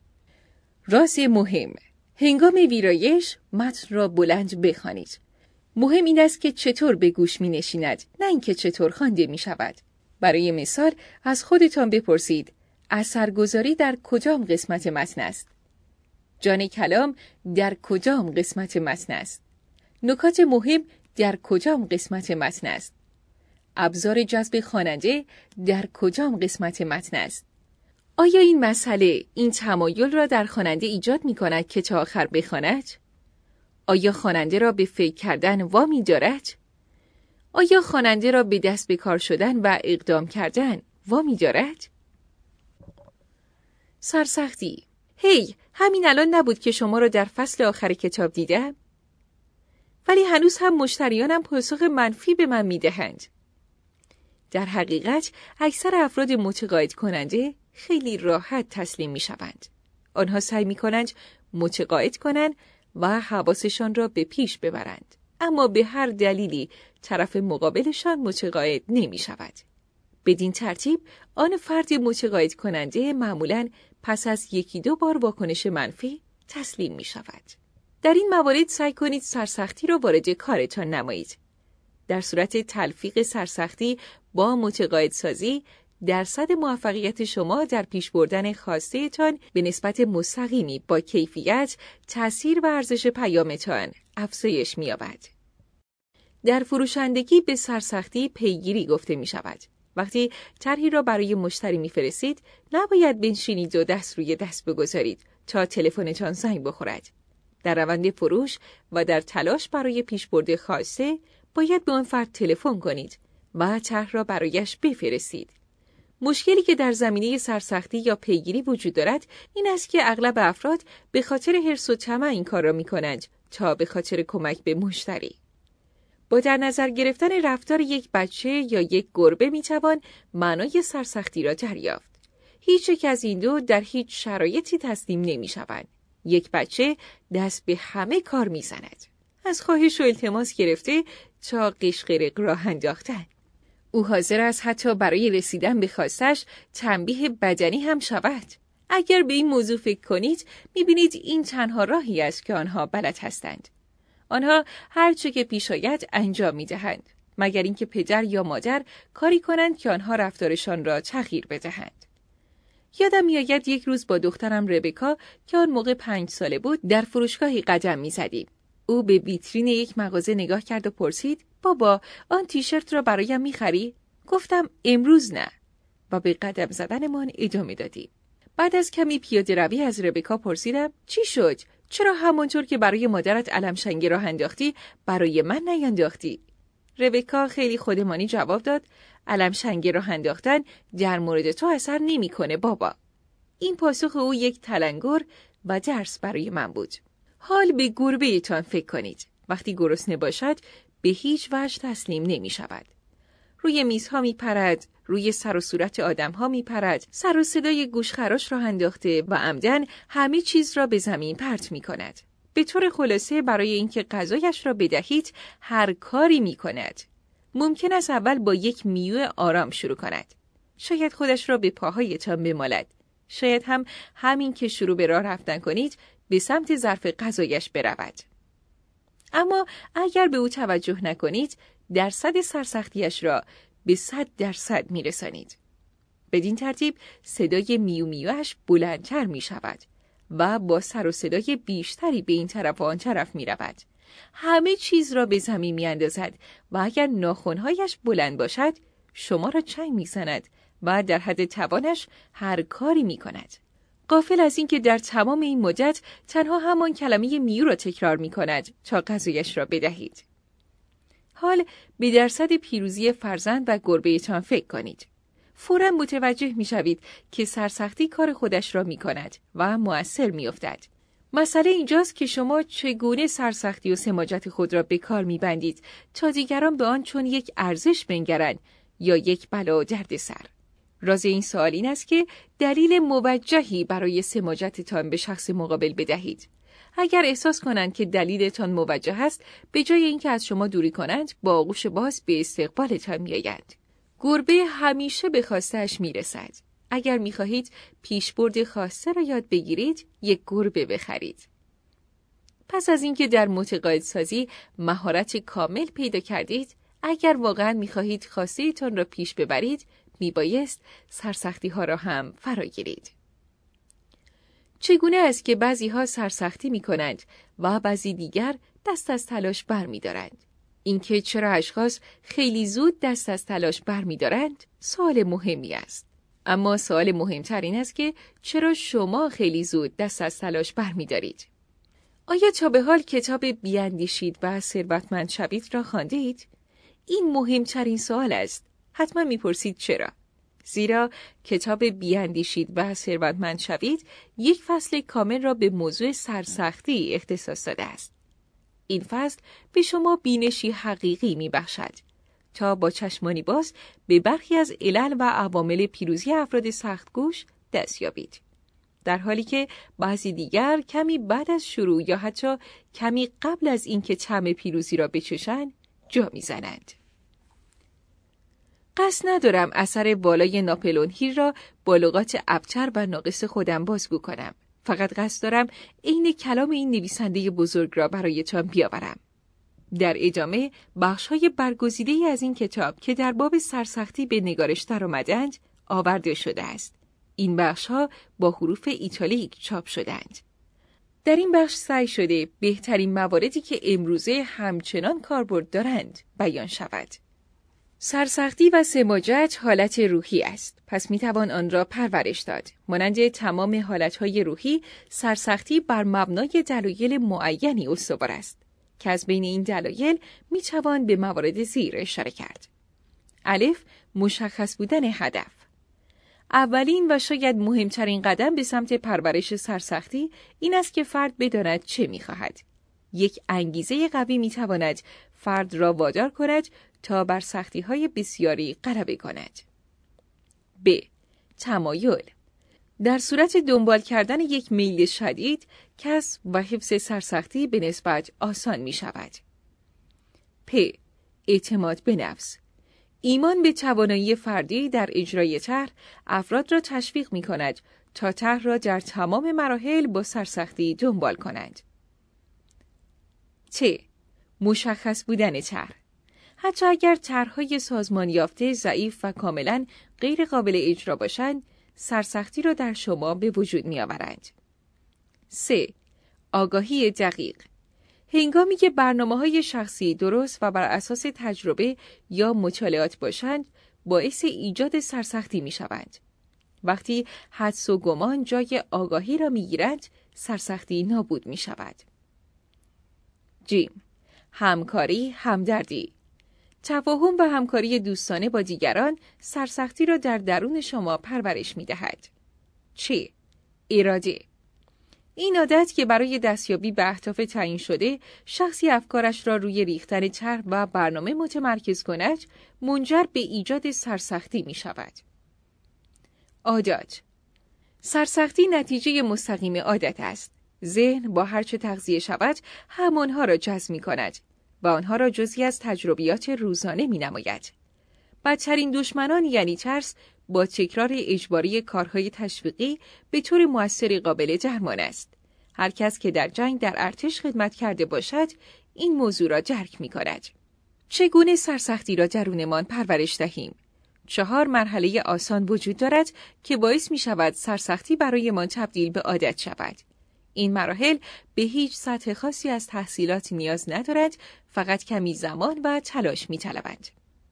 راز مهم. هنگام ویرایش متن را بلند بخوانید. مهم این است که چطور به گوش می نشیند، نه اینکه چطور خوانده می شود. برای مثال از خودتان بپرسید اثرگذاری در کدام قسمت متن است؟ جان کلام در کدام قسمت متن است؟ نکات مهم در کدام قسمت متن است؟ ابزار جذب خواننده در کدام قسمت متن است؟ آیا این مسئله این تمایل را در خواننده ایجاد می کند که تا آخر بخواند؟ آیا خواننده را به فکر کردن وامی دارد؟ آیا خواننده را به دست به کار شدن و اقدام کردن وامی دارد؟ سرسختی. هی، همین الان نبود که شما را در فصل آخر کتاب دیدم؟ ولی هنوز هم مشتریانم پاسخ منفی به من میدهند. در حقیقت اکثر افراد متقاعد کننده خیلی راحت تسلیم می شوند. آنها سعی می کنند متقاعد کنند و حواسشان را به پیش ببرند. اما به هر دلیلی طرف مقابلشان متقاعد نمی شود. بدین ترتیب آن فرد متقاعد کننده معمولاً پس از یکی دو بار واکنش منفی تسلیم می شود. در این موارد سعی کنید سرسختی را وارد کارتان نمایید. در صورت تلفیق سرسختی با متقاعد سازی، درصد موفقیت شما در پیش بردن خواسته تان به نسبت مستقیمی با کیفیت، تأثیر و ارزش پیامتان افزایش می یابد. در فروشندگی به سرسختی پیگیری گفته می شود. وقتی طرحی را برای مشتری می‌فرستید، نباید بنشینید و دست روی دست بگذارید تا تلفنتان زنگ بخورد. در روند فروش و در تلاش برای پیشبرد خواسته، باید به آن فرد تلفن کنید و طرح را برایش بفرستید. مشکلی که در زمینه سرسختی یا پیگیری وجود دارد، این است که اغلب افراد به خاطر حرص و طمع این کار را می‌کنند تا به خاطر کمک به مشتری. با در نظر گرفتن رفتار یک بچه یا یک گربه میتوان معنای سرسختی را دریافت. هیچ یک از این دو در هیچ شرایطی تسلیم نمیشوند. یک بچه دست به همه کار میزند. از خواهش و التماس گرفته تا قشقرق راه انداختن. او حاضر است حتی برای رسیدن به خواستش تنبیه بدنی هم شود. اگر به این موضوع فکر کنید میبینید این تنها راهی است که آنها بلد هستند. آنها هر چه که پیش آید انجام می‌دهند، مگر اینکه پدر یا مادر کاری کنند که آنها رفتارشان را تغییر بدهند. یادم می‌آید یک روز با دخترم ربکا که آن موقع پنج ساله بود در فروشگاهی قدم می‌زدیم. او به ویترین یک مغازه نگاه کرد و پرسید: بابا، آن تیشرت را برایم می‌خری؟ گفتم امروز نه و به قدم زدنمان ادامه دادیم. بعد از کمی پیاده روی از ربکا پرسیدم: چی شد؟ چرا همانطور که برای مادرت علمشنگی راه انداختی برای من نینداختی؟ ربکا خیلی خودمانی جواب داد: علمشنگی راه انداختن در مورد تو اثر نمی‌کنه بابا. این پاسخ او یک تلنگر و درس برای من بود. حال به گربه تان فکر کنید. وقتی گرسنه باشد به هیچ وجه تسلیم نمی شود. روی میزها می پرد، روی سر و صورت آدمها می پرد، سر و صدای گوشخراش را انداخته و عمدن همه چیز را به زمین پرت می کند. به طور خلاصه برای اینکه غذایش را بدهید هر کاری می کند. ممکن است اول با یک میوه آرام شروع کند. شاید خودش را به پاهایتان بمالد. شاید هم همین که شروع به راه رفتن کنید به سمت ظرف غذایش برود. اما اگر به او توجه نکنید، درصد سرسختیش را به صد درصد می رسانید. بدین ترتیب صدای میو میوش بلندتر می شود و با سر و صدای بیشتری به این طرف و آن طرف می رود. همه چیز را به زمین می اندازد و اگر ناخنهایش بلند باشد، شما را چنگ می زند و در حد توانش هر کاری می کند. غافل از این که در تمام این مدت تنها همان کلمه میو را تکرار می کند تا غذایش را بدهید. حال به درصد پیروزی فرزند و گربه‌تان فکر کنید. فوراً متوجه می شوید که سرسختی کار خودش را می کند و مؤثر می افتد. مسئله اینجاست که شما چگونه سرسختی و سماجت خود را به کار می بندید تا دیگران به آن چون یک ارزش بنگرند یا یک بلا و دردسر. راز این سوال این است که دلیل موجهی برای سماجتتان به شخص مقابل بدهید. اگر احساس کنند که دلیلتان موجه است، به جای اینکه از شما دوری کنند، با آغوش باز به استقبالتان می‌آیند. گربه همیشه به خواسته‌اش می‌رسد. اگر می‌خواهید پیشبرد خواسته را یاد بگیرید، یک گربه بخرید. پس از اینکه در متقاعدسازی مهارت کامل پیدا کردید، اگر واقعاً می‌خواهید خواسته‌تان را پیش ببرید، میبایست سرسختی ها را هم فرا گیرید. چگونه است که بعضی ها سرسختی می کنند و بعضی دیگر دست از تلاش بر می دارند؟ اینکه چرا اشخاص خیلی زود دست از تلاش بر می دارند سوال مهمی است. اما سوال مهمتر این است که چرا شما خیلی زود دست از تلاش بر می دارید؟ آیا تا به حال کتاب بیاندیشید و ثروتمند شوید را خواندید؟ این مهمترین سوال است. حتما میپرسید چرا؟ زیرا کتاب بیاندیشید و ثروتمند شوید یک فصل کامل را به موضوع سرسختی اختصاص داده است. این فصل به شما بینشی حقیقی میبخشد تا با چشمانی باز به برخی از علل و عوامل پیروزی افراد سختگوش دست یابید. در حالی که بعضی دیگر کمی بعد از شروع یا حتی کمی قبل از اینکه طعم پیروزی را بچشند جا میزنند. قصد ندارم اثر بالای ناپلئون هیل را با لغات ابتر و ناقص خودم بازگو کنم. فقط قصد دارم عین کلام این نویسنده بزرگ را برایتان بیاورم. در ادامه بخش‌های برگزیده‌ای از این کتاب که در باب سرسختی به نگارش درآمدند آورده شده است. این بخش‌ها با حروف ایتالیک چاپ شدند. در این بخش سعی شده بهترین مواردی که امروزه همچنان کاربرد دارند بیان شود. سرسختی و سماجت حالت روحی است، پس میتوان آن را پرورش داد. مانند تمام حالتهای روحی، سرسختی بر مبنای دلایل معینی استوار است که از بین این دلایل میتوان به موارد زیر اشاره کرد. الف، مشخص بودن هدف. اولین و شاید مهمترین قدم به سمت پرورش سرسختی این است که فرد بداند چه میخواهد. یک انگیزه قوی میتواند فرد را وادار کند تا بر سختی‌های بسیاری غلبه کند. ب. تمایل. در صورت دنبال کردن یک میل شدید، کسب و حفظ سرسختی به نسبت آسان می شود. پ. اعتماد به نفس. ایمان به توانایی فردی در اجرای طرح افراد را تشویق می کند تا طرح را در تمام مراحل با سرسختی دنبال کنند. ت. مشخص بودن طرح. حتی اگر طرح‌های سازمان یافته ضعیف و کاملاً غیر قابل اجرا باشند، سرسختی را در شما به وجود می‌آورند. سه. آگاهی دقیق. هنگامی که برنامه‌های شخصی درست و بر اساس تجربه یا مطالعات باشند، باعث ایجاد سرسختی می‌شوند. وقتی حدس و گمان جای آگاهی را می‌گیرند، سرسختی نابود می‌شود. جیم. همکاری، همدردی. تفاهم و همکاری دوستانه با دیگران سرسختی را در درون شما پرورش می‌دهد. چه؟ اراده. این عادت که برای دستیابی به اهداف تعیین شده شخصی افکارش را روی ریختن طرح و برنامه متمرکز کند، منجر به ایجاد سرسختی می‌شود. عادات. سرسختی نتیجه مستقیم عادت است. ذهن با هر چه تغذیه شود همانها را جذب می کند و آنها را جزئی از تجربیات روزانه می نماید. بدترین دشمنان یعنی ترس با تکرار اجباری کارهای تشویقی به طور مؤثر قابل درمان است. هر کس که در جنگ در ارتش خدمت کرده باشد این موضوع را درک می کند. چگونه سرسختی را درونمان پرورش دهیم؟ چهار مرحله آسان وجود دارد که باعث می شود سرسختی برایمان تبدیل به عادت شود. این مراحل به هیچ سطح خاصی از تحصیلات نیاز ندارد، فقط کمی زمان و تلاش می طلبند.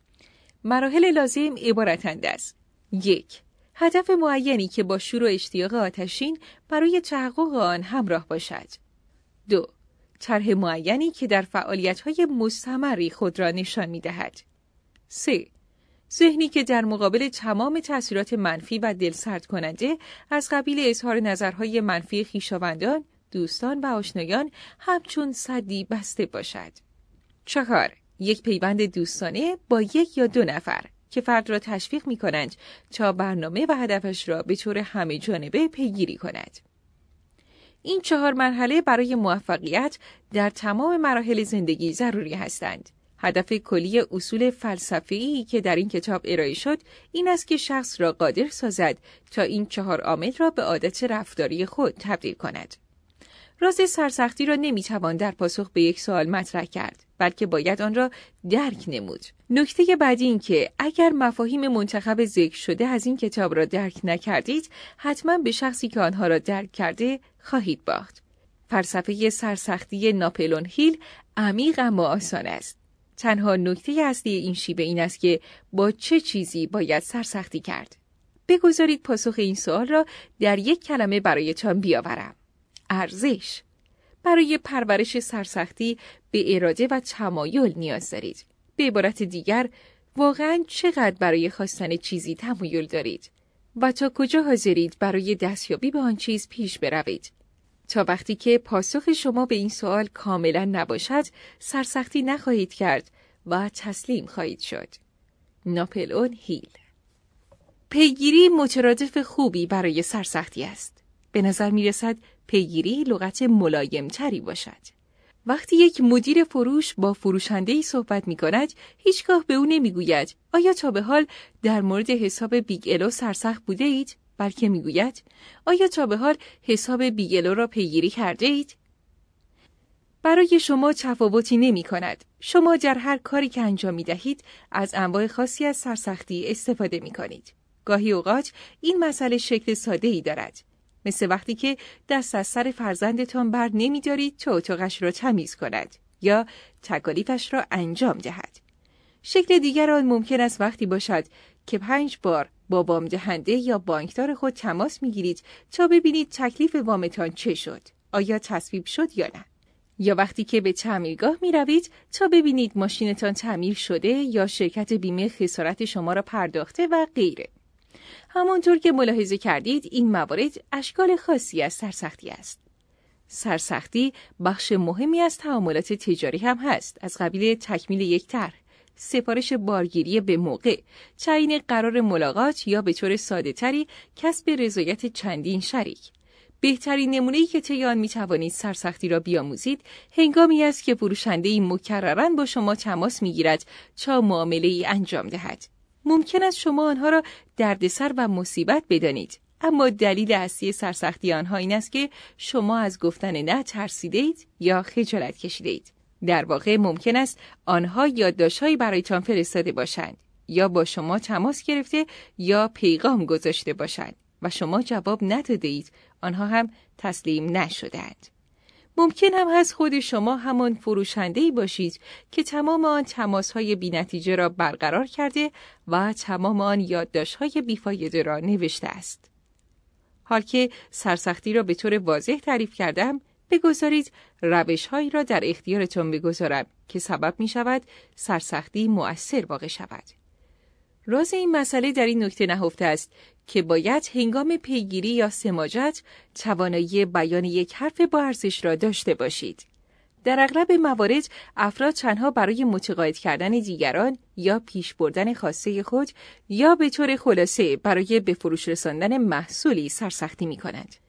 مراحل لازم عبارتند از: یک. هدف معینی که با شور و اشتیاق آتشین برای تحقق آن همراه باشد. دو. طرح معینی که در فعالیت‌های مستمری خود را نشان می‌دهد. سه. ذهنی که در مقابل تمام تأثیرات منفی و دلسرد کننده از قبیل اظهار نظرهای منفی خویشاوندان، دوستان و آشنایان همچون سدی بسته باشد. چهار. یک پیوند دوستانه با یک یا دو نفر که فرد را تشویق می کنند تا برنامه و هدفش را به طور همه جانبه پیگیری کند. این چهار مرحله برای موفقیت در تمام مراحل زندگی ضروری هستند. هدف کلی اصول فلسفی که در این کتاب ارائه شد این است که شخص را قادر سازد تا این چهار عامل را به عادت رفتاری خود تبدیل کند. راز سرسختی را نمیتوان در پاسخ به یک سوال مطرح کرد، بلکه باید آن را درک نمود. نکته بعدی این که اگر مفاهیم منتخب ذکر شده از این کتاب را درک نکردید، حتما به شخصی که آنها را درک کرده خواهید باخت. فلسفه سرسختی ناپلئون هیل عمیق اما آسان است. تنها نکته اصلی این شیوه این است که با چه چیزی باید سرسختی کرد. بگذارید پاسخ این سوال را در یک کلمه برایتان بیاورم. ارزش. برای پرورش سرسختی به اراده و تمایل نیاز دارید. به عبارت دیگر، واقعاً چقدر برای خواستن چیزی تمایل دارید و تا کجا حاضرید برای دستیابی به آن چیز پیش بروید. تا وقتی که پاسخ شما به این سوال کاملاً نباشد، سرسختی نخواهید کرد و تسلیم خواهید شد. ناپلئون هیل. پیگیری مترادف خوبی برای سرسختی است. به نظر می رسد پیگیری لغت ملایم تری باشد. وقتی یک مدیر فروش با فروشنده‌ای صحبت می کند، هیچگاه به او نمی گوید آیا تا به حال در مورد حساب بیگ الو سرسخت بوده اید؟ بلکه می گوید آیا تا به حال حساب بیگ الو را پیگیری کرده اید؟ برای شما تفاوتی نمی کند. شما در هر کاری که انجام می دهید از انواع خاصی از سرسختی استفاده می کنید. گاهی اوقات این مسئله شکل ساده‌ای دارد. مثل وقتی که دست از سر فرزندتان بر نمی دارید تا اتاقش را تمیز کند یا تکالیفش را انجام دهد. شکل دیگر آن ممکن است وقتی باشد که پنج بار با وام دهنده یا بانکدار خود تماس می گیرید تا ببینید تکلیف وامتان چه شد، آیا تصویب شد یا نه. یا وقتی که به تعمیرگاه می روید تا ببینید ماشینتان تعمیر شده یا شرکت بیمه خسارت شما را پرداخته و غیره. همانطور که ملاحظه کردید این موارد اشکال خاصی از سرسختی است. سرسختی بخش مهمی از تعاملات تجاری هم هست، از قبیل تکمیل یک طرح، سفارش بارگیری به موقع، تعیین قرار ملاقات یا به طور ساده‌تری کسب رضایت چندین شریک. بهترین نمونه‌ای که طی آن می‌توانید سرسختی را بیاموزید هنگامی است که فروشنده‌ای مکرراً با شما تماس می‌گیرد تا معامله‌ای انجام دهد. ممکن است شما آنها را دردسر و مصیبت بدانید، اما دلیل اصلی سرسختی آنها این است که شما از گفتن نه ترسیدید یا خجالت کشیدید. در واقع ممکن است آنها یادداشت‌هایی برایتان فرستاده باشند یا با شما تماس گرفته یا پیغام گذاشته باشند و شما جواب ندادید، آنها هم تسلیم نشدند. ممکن هم هست خود شما همان فروشنده‌ای باشید که تمام آن تماس‌های بی‌نتیجه را برقرار کرده و تمام آن یادداشت‌های بیفایده را نوشته است. حال که سرسختی را به طور واضح تعریف کردم، بگذارید روش‌هایی را در اختیارتان بگذارم که سبب می‌شود سرسختی مؤثر واقع شود. راز این مسئله در این نکته نهفته است که باید هنگام پیگیری یا سماجت توانایی بیان یک حرف با ارزش را داشته باشید. در اغلب موارد افراد تنها برای متقاعد کردن دیگران یا پیش بردن خواسته خود یا به طور خلاصه برای به فروش رساندن محصولی سرسختی می کنند.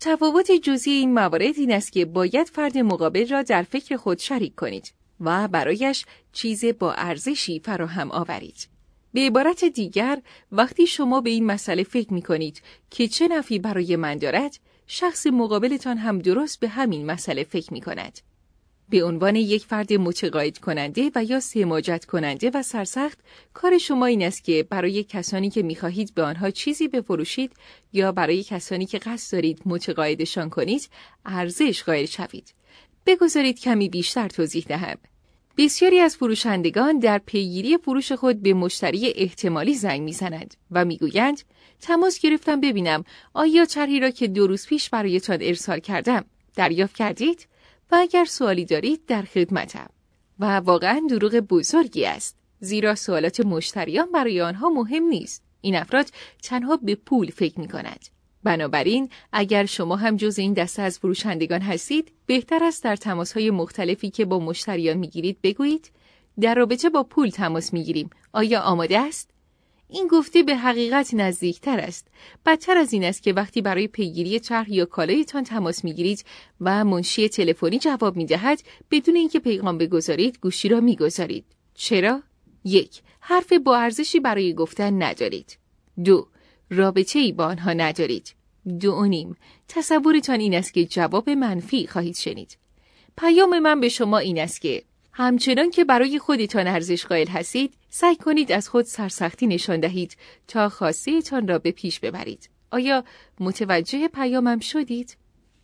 تفاوت جزئی این موارد این است که باید فرد مقابل را در فکر خود شریک کنید و برایش چیز با ارزشی فراهم آورید. به عبارت دیگر، وقتی شما به این مسئله فکر می کنید که چه نفعی برای من دارد، شخص مقابلتان هم درست به همین مسئله فکر می کند. به عنوان یک فرد متقاعد کننده و یا سماجت کننده و سرسخت، کار شما این است که برای کسانی که می خواهید به آنها چیزی بفروشید یا برای کسانی که قصد دارید متقاعدشان کنید، ارزش قائل شوید. بگذارید کمی بیشتر توضیح دهم. بسیاری از فروشندگان در پیگیری فروش خود به مشتری احتمالی زنگ می‌زنند و می‌گویند تماس گرفتم ببینم آیا طرحی را که دو روز پیش برایتان ارسال کردم دریافت کردید و اگر سوالی دارید در خدمتم. و واقعاً دروغ بزرگی است، زیرا سوالات مشتریان برای آنها مهم نیست. این افراد تنها به پول فکر می‌کنند. بنابراین اگر شما هم جز این دسته از فروشندگان هستید، بهتر است در تماس‌های مختلفی که با مشتریان می‌گیرید بگویید در رابطه با پول تماس می‌گیریم. آیا آماده است؟ این گفته به حقیقت نزدیکتر است. بدتر از این است که وقتی برای پیگیری طرح یا کالایتان تماس می‌گیرید و منشی تلفنی جواب می‌دهد، بدون اینکه پیغام بگذارید گوشی را می‌گذارید. چرا؟ یک، حرف با ارزشی برای گفتن ندارید. دو، رابطه‌ای با آنها ندارید. دو و نیم. تصورتان این است که جواب منفی خواهید شنید. پیام من به شما این است که همچنان که برای خودتان ارزش قائل هستید، سعی کنید از خود سرسختی نشان دهید تا خواسته‌تان را به پیش ببرید. آیا متوجه پیامم شدید؟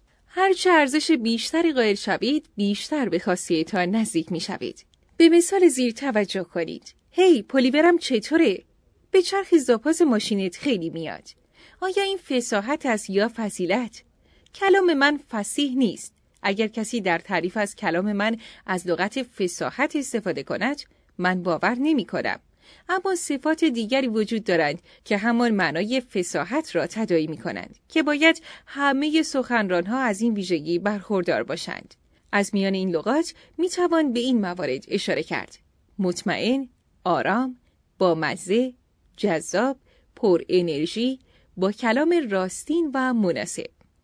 هرچه ارزش بیشتری قائل شوید، بیشتر به خواسته‌تان نزدیک می‌شوید. به مثال زیر توجه کنید. هی، پلیورم چطوره؟ به چرخ زاپاز ماشینت خیلی میاد. آیا این فصاحت است یا فضیلت؟ کلام من فصیح نیست. اگر کسی در تعریف از کلام من از لغت فصاحت استفاده کند، من باور نمی کنم. اما صفات دیگری وجود دارند که همان معنای فصاحت را تداعی می کنند که باید همه سخنرانها از این ویژگی برخوردار باشند. از میان این لغات می توان به این موارد اشاره کرد: مطمئن، آرام، با مزه، جذاب، پر انرژی، با کلام راستین و مناسب.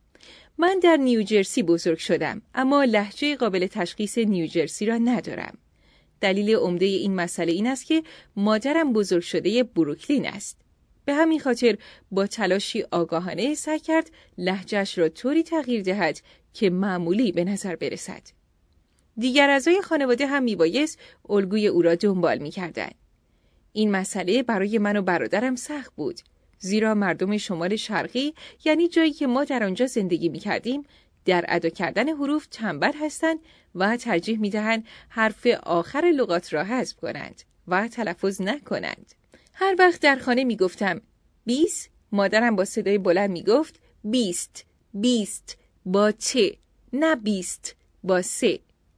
من در نیوجرسی بزرگ شدم، اما لهجه قابل تشخیص نیوجرسی را ندارم. دلیل عمده این مسئله این است که مادرم بزرگ شده بروکلین است. به همین خاطر با تلاشی آگاهانه سعی کرد لهجه‌اش را طوری تغییر دهد که معمولی به نظر برسد. دیگر اعضای خانواده هم میبایست الگوی او را دنبال میکردند. این مسئله برای من و برادرم سخت بود، زیرا مردم شمال شرقی، یعنی جایی که ما در آنجا زندگی می‌کردیم، در ادا کردن حروف تنبل هستند و ترجیح می‌دهند حرف آخر لغات را حذف کنند و تلفظ نکنند. هر وقت در خانه می‌گفتم بیست، مادرم با صدای بلند می‌گفت بیست، بیست با چه، نه بیست با سه.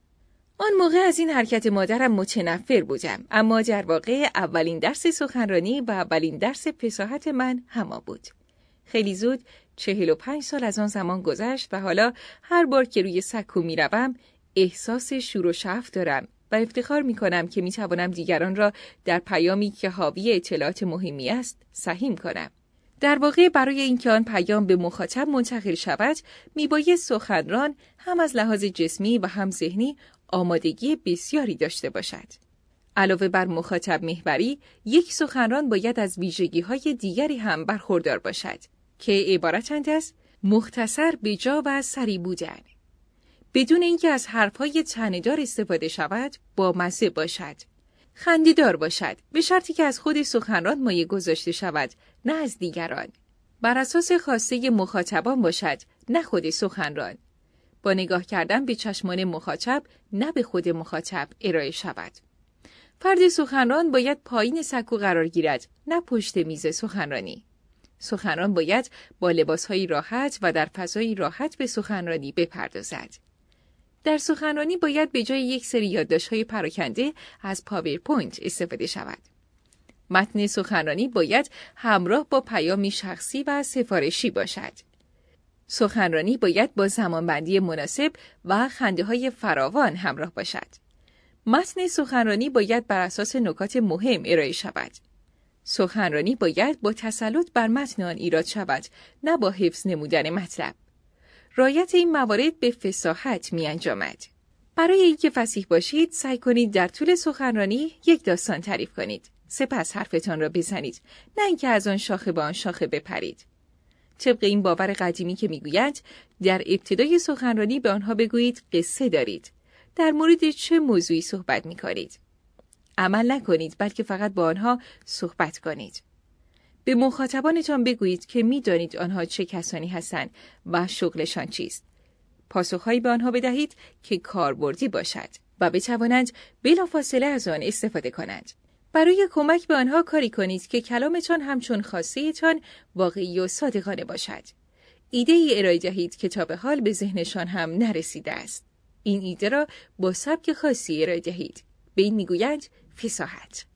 آن موقع از این حرکت مادرم متنفر بودم، اما در واقع اولین درس سخنرانی و اولین درس فصاحت من همان بود. خیلی زود چهل و پنج سال از آن زمان گذشت و حالا هر بار که روی سکو می روم احساس شور و شعف دارم و افتخار می کنم که می توانم دیگران را در پیامی که حاوی اطلاعات مهمی است سهیم کنم. در واقع برای اینکه آن پیام به مخاطب منتقل شود، می باید سخنران هم از لحاظ جسمی و هم ذهنی آمادگی بسیاری داشته باشد. علاوه بر مخاطب محوری، یک سخنران باید از ویژگی‌های دیگری هم برخوردار باشد که عبارتند از مختصر، بجا و سریع بودن. بدون اینکه از حرف‌های طعنه‌دار استفاده شود، با مزه باشد. خنده‌دار باشد، به شرطی که از خود سخنران مایه گذاشته شود، نه از دیگران. بر اساس خواسته مخاطبان باشد، نه خود سخنران. با نگاه کردن به چشمان مخاطب، نه به خود مخاطب ارائه شود. فرد سخنران باید پایین سکو قرار گیرد، نه پشت میز سخنرانی. سخنران باید با لباسهای راحت و در فضای راحت به سخنرانی بپردازد. در سخنرانی باید به جای یک سری یادداشت‌های پراکنده از پاورپوینت استفاده شود. متن سخنرانی باید همراه با پیامی شخصی و سفارشی باشد. سخنرانی باید با زمانبندی مناسب و خنده‌های فراوان همراه باشد. متن سخنرانی باید بر اساس نکات مهم ارائه شود. سخنرانی باید با تسلط بر متن آن ایراد شود، نه با حفظ نمودن مطلب. رعایت این موارد به فصاحت می انجامد. برای اینکه فصیح باشید، سعی کنید در طول سخنرانی یک داستان تعریف کنید. سپس حرفتان را بزنید، نه اینکه از آن شاخه به آن شاخه بپرید. طبق این باور قدیمی که میگویند در ابتدای سخنرانی به آنها بگویید قصه دارید. در مورد چه موضوعی صحبت می‌کنید؟ عمل نکنید، بلکه فقط با آنها صحبت کنید. به مخاطبانتان بگویید که می‌دانید آنها چه کسانی هستند و شغلشان چیست. پاسخهایی به آنها بدهید که کاربردی باشد و بتوانند بلافاصله از آن استفاده کنند. برای کمک به آنها کاری کنید که کلامتان همچون خواسته‌تان واقعی و صادقانه باشد. ایده ای ارائه دهید که تا به حال به ذهنشان هم نرسیده است. این ایده را با سبک خاصی ارائه دهید. به این میگویند فصاحت.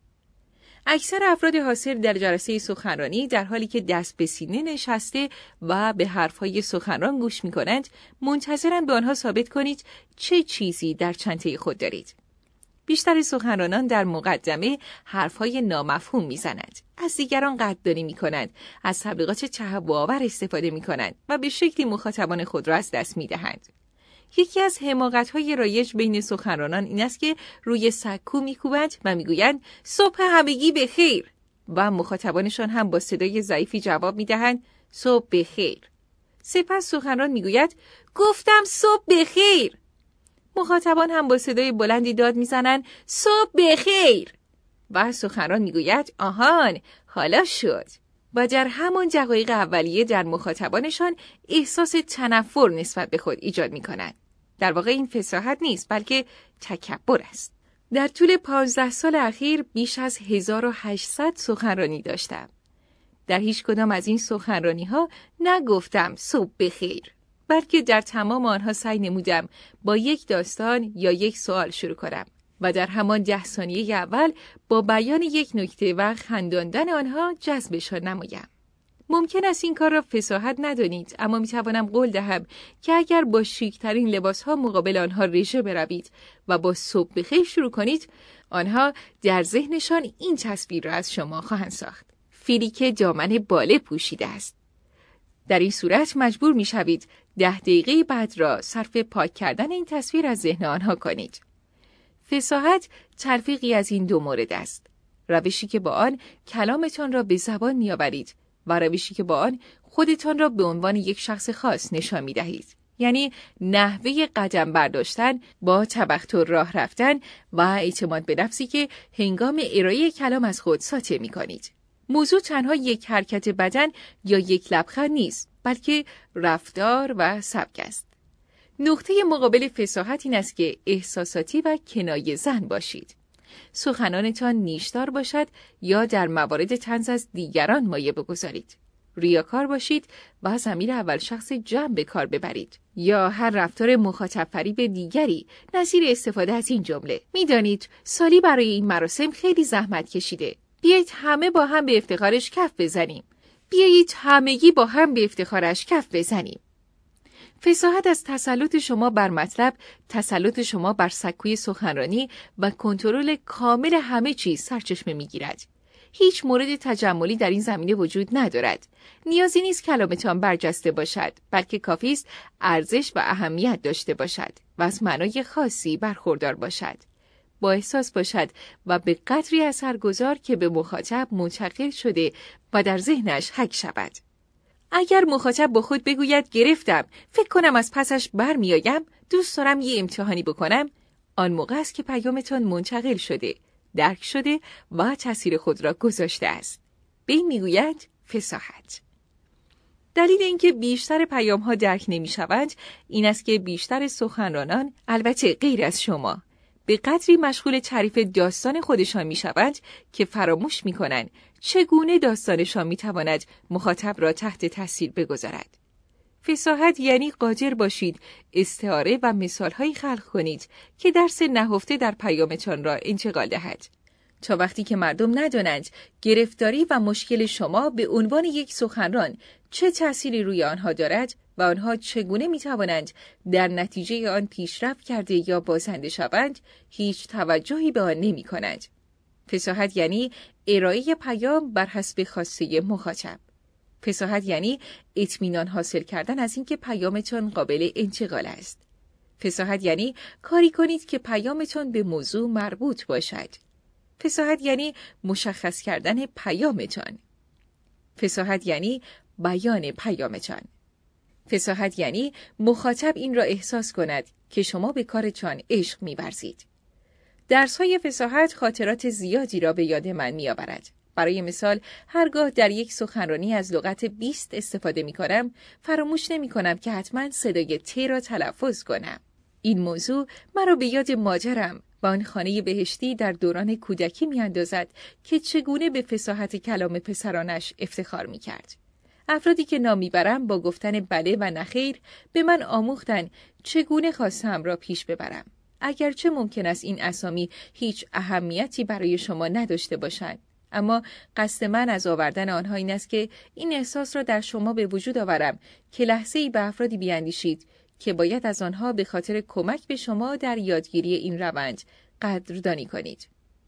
اکثر افراد حاضر در جلسه سخنرانی در حالی که دست به سینه نشسته و به حرفهای سخنران گوش می‌کنند، منتظرند به آنها ثابت کنید چه چیزی در چنته خود دارید. بیشتر سخنرانان در مقدمه حرفهای نامفهوم میزنند، از دیگران قدردانی میکنند، از تبلیغات تهوع‌آور استفاده میکنند و به شکلی مخاطبان خود را از دست میدهند. یکی از حماقت‌های رایج بین سخنرانان این است که روی سکو میکوبند و میگویند صبح همگی بخیر و مخاطبانشان هم با صدای ضعیفی جواب میدهند صبح بخیر. سپس سخنران میگوید گفتم صبح بخیر. مخاطبان هم با صدای بلندی داد میزنند صبح بخیر و سخنران میگوید آهان حالا شد و در همان دقایق اولیه در مخاطبانشان احساس تنفر نسبت به خود ایجاد میکنند. در واقع این فصاحت نیست، بلکه تکبر است. در طول پانزده سال اخیر بیش از هزار و هشتصد سخنرانی داشتم. در هیچ کدام از این سخنرانی ها نگفتم صبح بخیر، بلکه در تمام آنها سعی نمودم با یک داستان یا یک سوال شروع کنم و در همان ده ثانیه اول با بیان یک نکته و خنداندن آنها جذبشان نمایم. ممکن است این کار را فصاحت ندانید، اما میتوانم قول دهم که اگر با شیکترین لباسها مقابل آنها رژه بروید و با صبح بخیر شروع کنید، آنها در ذهنشان این تصویر را از شما خواهند ساخت: فیلی که دامن باله پوشیده است. در این صورت مجبور میشوید ده دقیقه بعد را صرف پاک کردن این تصویر از ذهن آنها کنید. فصاحت تلفیقی از این دو مورد است: روشی که با آن کلامتان را به زبان میآورید و روشی که با آن خودتان را به عنوان یک شخص خاص نشان می‌دهید. یعنی نحوه قدم برداشتن با تبختر راه رفتن و اعتماد به نفسی که هنگام ارائه کلام از خود ساطع می‌کنید. موضوع تنها یک حرکت بدن یا یک لبخند نیست، بلکه رفتار و سبک است. نقطه مقابل فصاحت این است که احساساتی و کنایه زن باشید. سخنانتان نیشدار باشد یا در موارد طنز از دیگران مایه بگذارید. ریاکار باشید و ضمیر اول شخص جمع به کار ببرید یا هر رفتار مخاطب فریب دیگری نظیر استفاده از این جمله: میدانید سالی برای این مراسم خیلی زحمت کشیده. بیایید همه با هم به افتخارش کف بزنیم. بیایید همگی با هم به افتخارش کف بزنیم. فصاحت از تسلط شما بر مطلب، تسلط شما بر سکوی سخنرانی و کنترل کامل همه چیز سرچشمه می‌گیرد. هیچ مورد تجملی در این زمینه وجود ندارد. نیازی نیست کلامتان برجسته باشد، بلکه کافی است ارزش و اهمیت داشته باشد و از معنای خاصی برخوردار باشد. با احساس باشد و به قدری اثرگذار که به مخاطب منتقل شده و در ذهنش حک شود. اگر مخاطب با خود بگوید گرفتم، فکر کنم از پسش برمیآیم، دوست دارم یه امتحانی بکنم، آن موقع است که پیامتان منتقل شده، درک شده و تاثیر خود را گذاشته است. به این میگویند فصاحت. دلیل اینکه بیشتر پیام‌ها درک نمی‌شوند این است که بیشتر سخنرانان، البته غیر از شما، به قدری مشغول تعریف داستان خودشان می‌شوند که فراموش می‌کنند چگونه داستانشان می‌تواند مخاطب را تحت تاثیر بگذارد. فصاحت یعنی قادر باشید استعاره و مثال‌هایی خلق کنید که درس نهفته در پیامتان را انتقال دهد. تا وقتی که مردم ندانند گرفتاری و مشکل شما به عنوان یک سخنران چه تأثیری روی آنها دارد و آنها چگونه می‌توانند در نتیجه آن پیشرفت کرده یا بازنده شوند، هیچ توجهی به آن نمی‌کنند. فصاحت یعنی ارائه پیام بر حسب خواسته مخاطب. فصاحت یعنی اطمینان حاصل کردن از اینکه پیامتون قابل انتقال است. فصاحت یعنی کاری کنید که پیامتون به موضوع مربوط باشد. فصاحت یعنی مشخص کردن پیامتون. فصاحت یعنی بیان پیامتون. فصاحت یعنی مخاطب این را احساس کند که شما به کارتان عشق می‌ورزید. درس‌های فصاحت خاطرات زیادی را به یاد من می‌آورد. برای مثال هرگاه در یک سخنرانی از لغت بیست استفاده می‌کنم، فراموش نمی‌کنم که حتما صدای ت را تلفظ کنم. این موضوع مرا به یاد ماجرم و آن خانه بهشتی در دوران کودکی می‌اندازد که چگونه به فصاحت کلام پسرانش افتخار می‌کرد. افرادی که نام میبرم با گفتن بله و نخیر به من آموختن چگونه خواستم را پیش ببرم. اگرچه ممکن است این اسامی هیچ اهمیتی برای شما نداشته باشند، اما قصد من از آوردن آنها این است که این احساس را در شما به وجود آورم که لحظه‌ای به افرادی بیاندیشید که باید از آنها به خاطر کمک به شما در یادگیری این روند قدردانی کنید.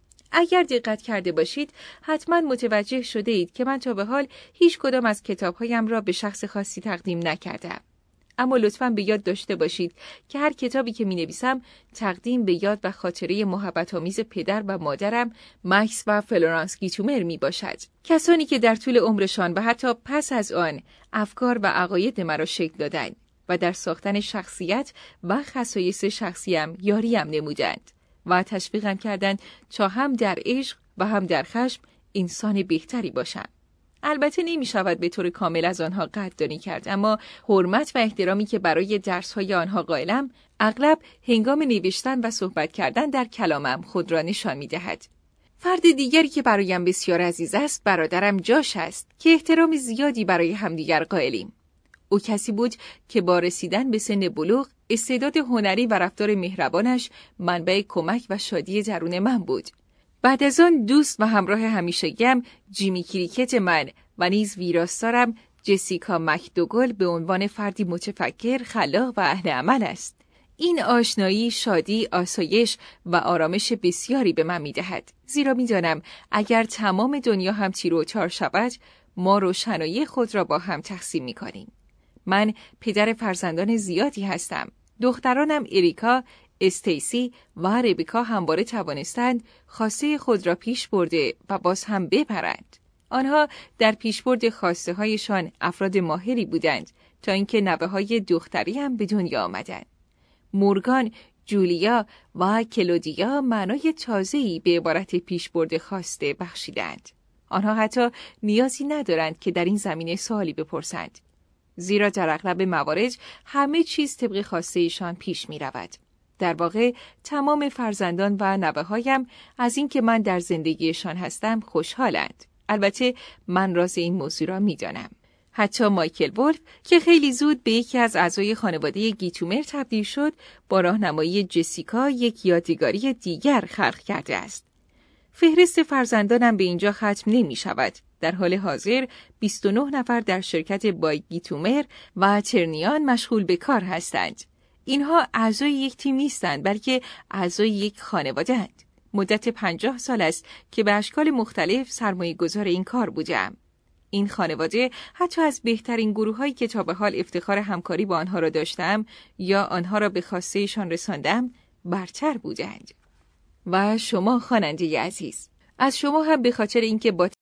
اگر دقت کرده باشید، حتما متوجه شده اید که من تا به حال هیچ کدام از کتابهایم را به شخص خاصی تقدیم نکردم. اما لطفاً به یاد داشته باشید که هر کتابی که می نویسم تقدیم به یاد و خاطره محبت‌آمیز پدر و مادرم مکس و فلورانس گیتومر می باشد. کسانی که در طول عمرشان و حتی پس از آن افکار و عقاید مرا شکل دادند و در ساختن شخصیت و خصایص شخصیم یاریم نمودند و تشویقم کردند تا هم در عشق و هم در خشم انسان بهتری باشم. البته نمی شود به طور کامل از آنها قدردانی کرد، اما حرمت و احترامی که برای درس‌های آنها قائلم اغلب هنگام نوشتن و صحبت کردن در کلامم خود را نشان می دهد. فرد دیگری که برایم بسیار عزیز است برادرم جاش است که احترام زیادی برای همدیگر قائلیم. او کسی بود که با رسیدن به سن بلوغ استعداد هنری و رفتار مهربانش منبع کمک و شادی درون من بود. بعد از آن دوست و همراه همیشگیم جیمی کریکت من و نیز ویراستارم جسیکا مکدوگل به عنوان فردی متفکر، خلاق و اهل عمل است. این آشنایی، شادی، آسایش و آرامش بسیاری به من می‌دهد. زیرا می‌دانم اگر تمام دنیا هم تیر و تار شود، ما روشنایی خود را با هم تقسیم می‌کنیم. من پدر فرزندان زیادی هستم. دخترانم اریکا، استیسی و ربیکا همواره توانستند خواسته خود را پیش برده و باز هم ببرند. آنها در پیشبرد خواسته هایشان افراد ماهری بودند تا اینکه نوه‌های دختری هم به دنیا آمدند. مورگان، جولیا و کلودیا معنای تازه‌ای به عبارت پیشبرد خواسته بخشیدند. آنها حتی نیازی ندارند که در این زمینه سوالی بپرسند، زیرا در اغلب موارد همه چیز طبق خواسته ایشان پیش می رود. در واقع تمام فرزندان و نوه‌هایم از اینکه من در زندگیشان هستم خوشحالند. البته من راز این موضوع را می دانم. حتی مایکل ولف که خیلی زود به یکی از اعضای خانواده گیتومر تبدیل شد، با راهنمایی جسیکا یک یادگاری دیگر خلق کرده است. فهرست فرزندانم به اینجا ختم نمی شود. در حال حاضر بیست و نه نفر در شرکت بای گیتومر و ترنیان مشغول به کار هستند. اینها اعضای یک تیم نیستند، بلکه اعضای یک خانواده‌اند. مدت پنجاه سال است که به اشکال مختلف سرمایه گذار این کار بودم. این خانواده حتی از بهترین گروه‌هایی که تا به حال افتخار همکاری با آنها را داشتم یا آنها را به خواسته‌شان رساندم برتر بودند. و شما خواننده عزیز، از شما هم به خاطر اینکه با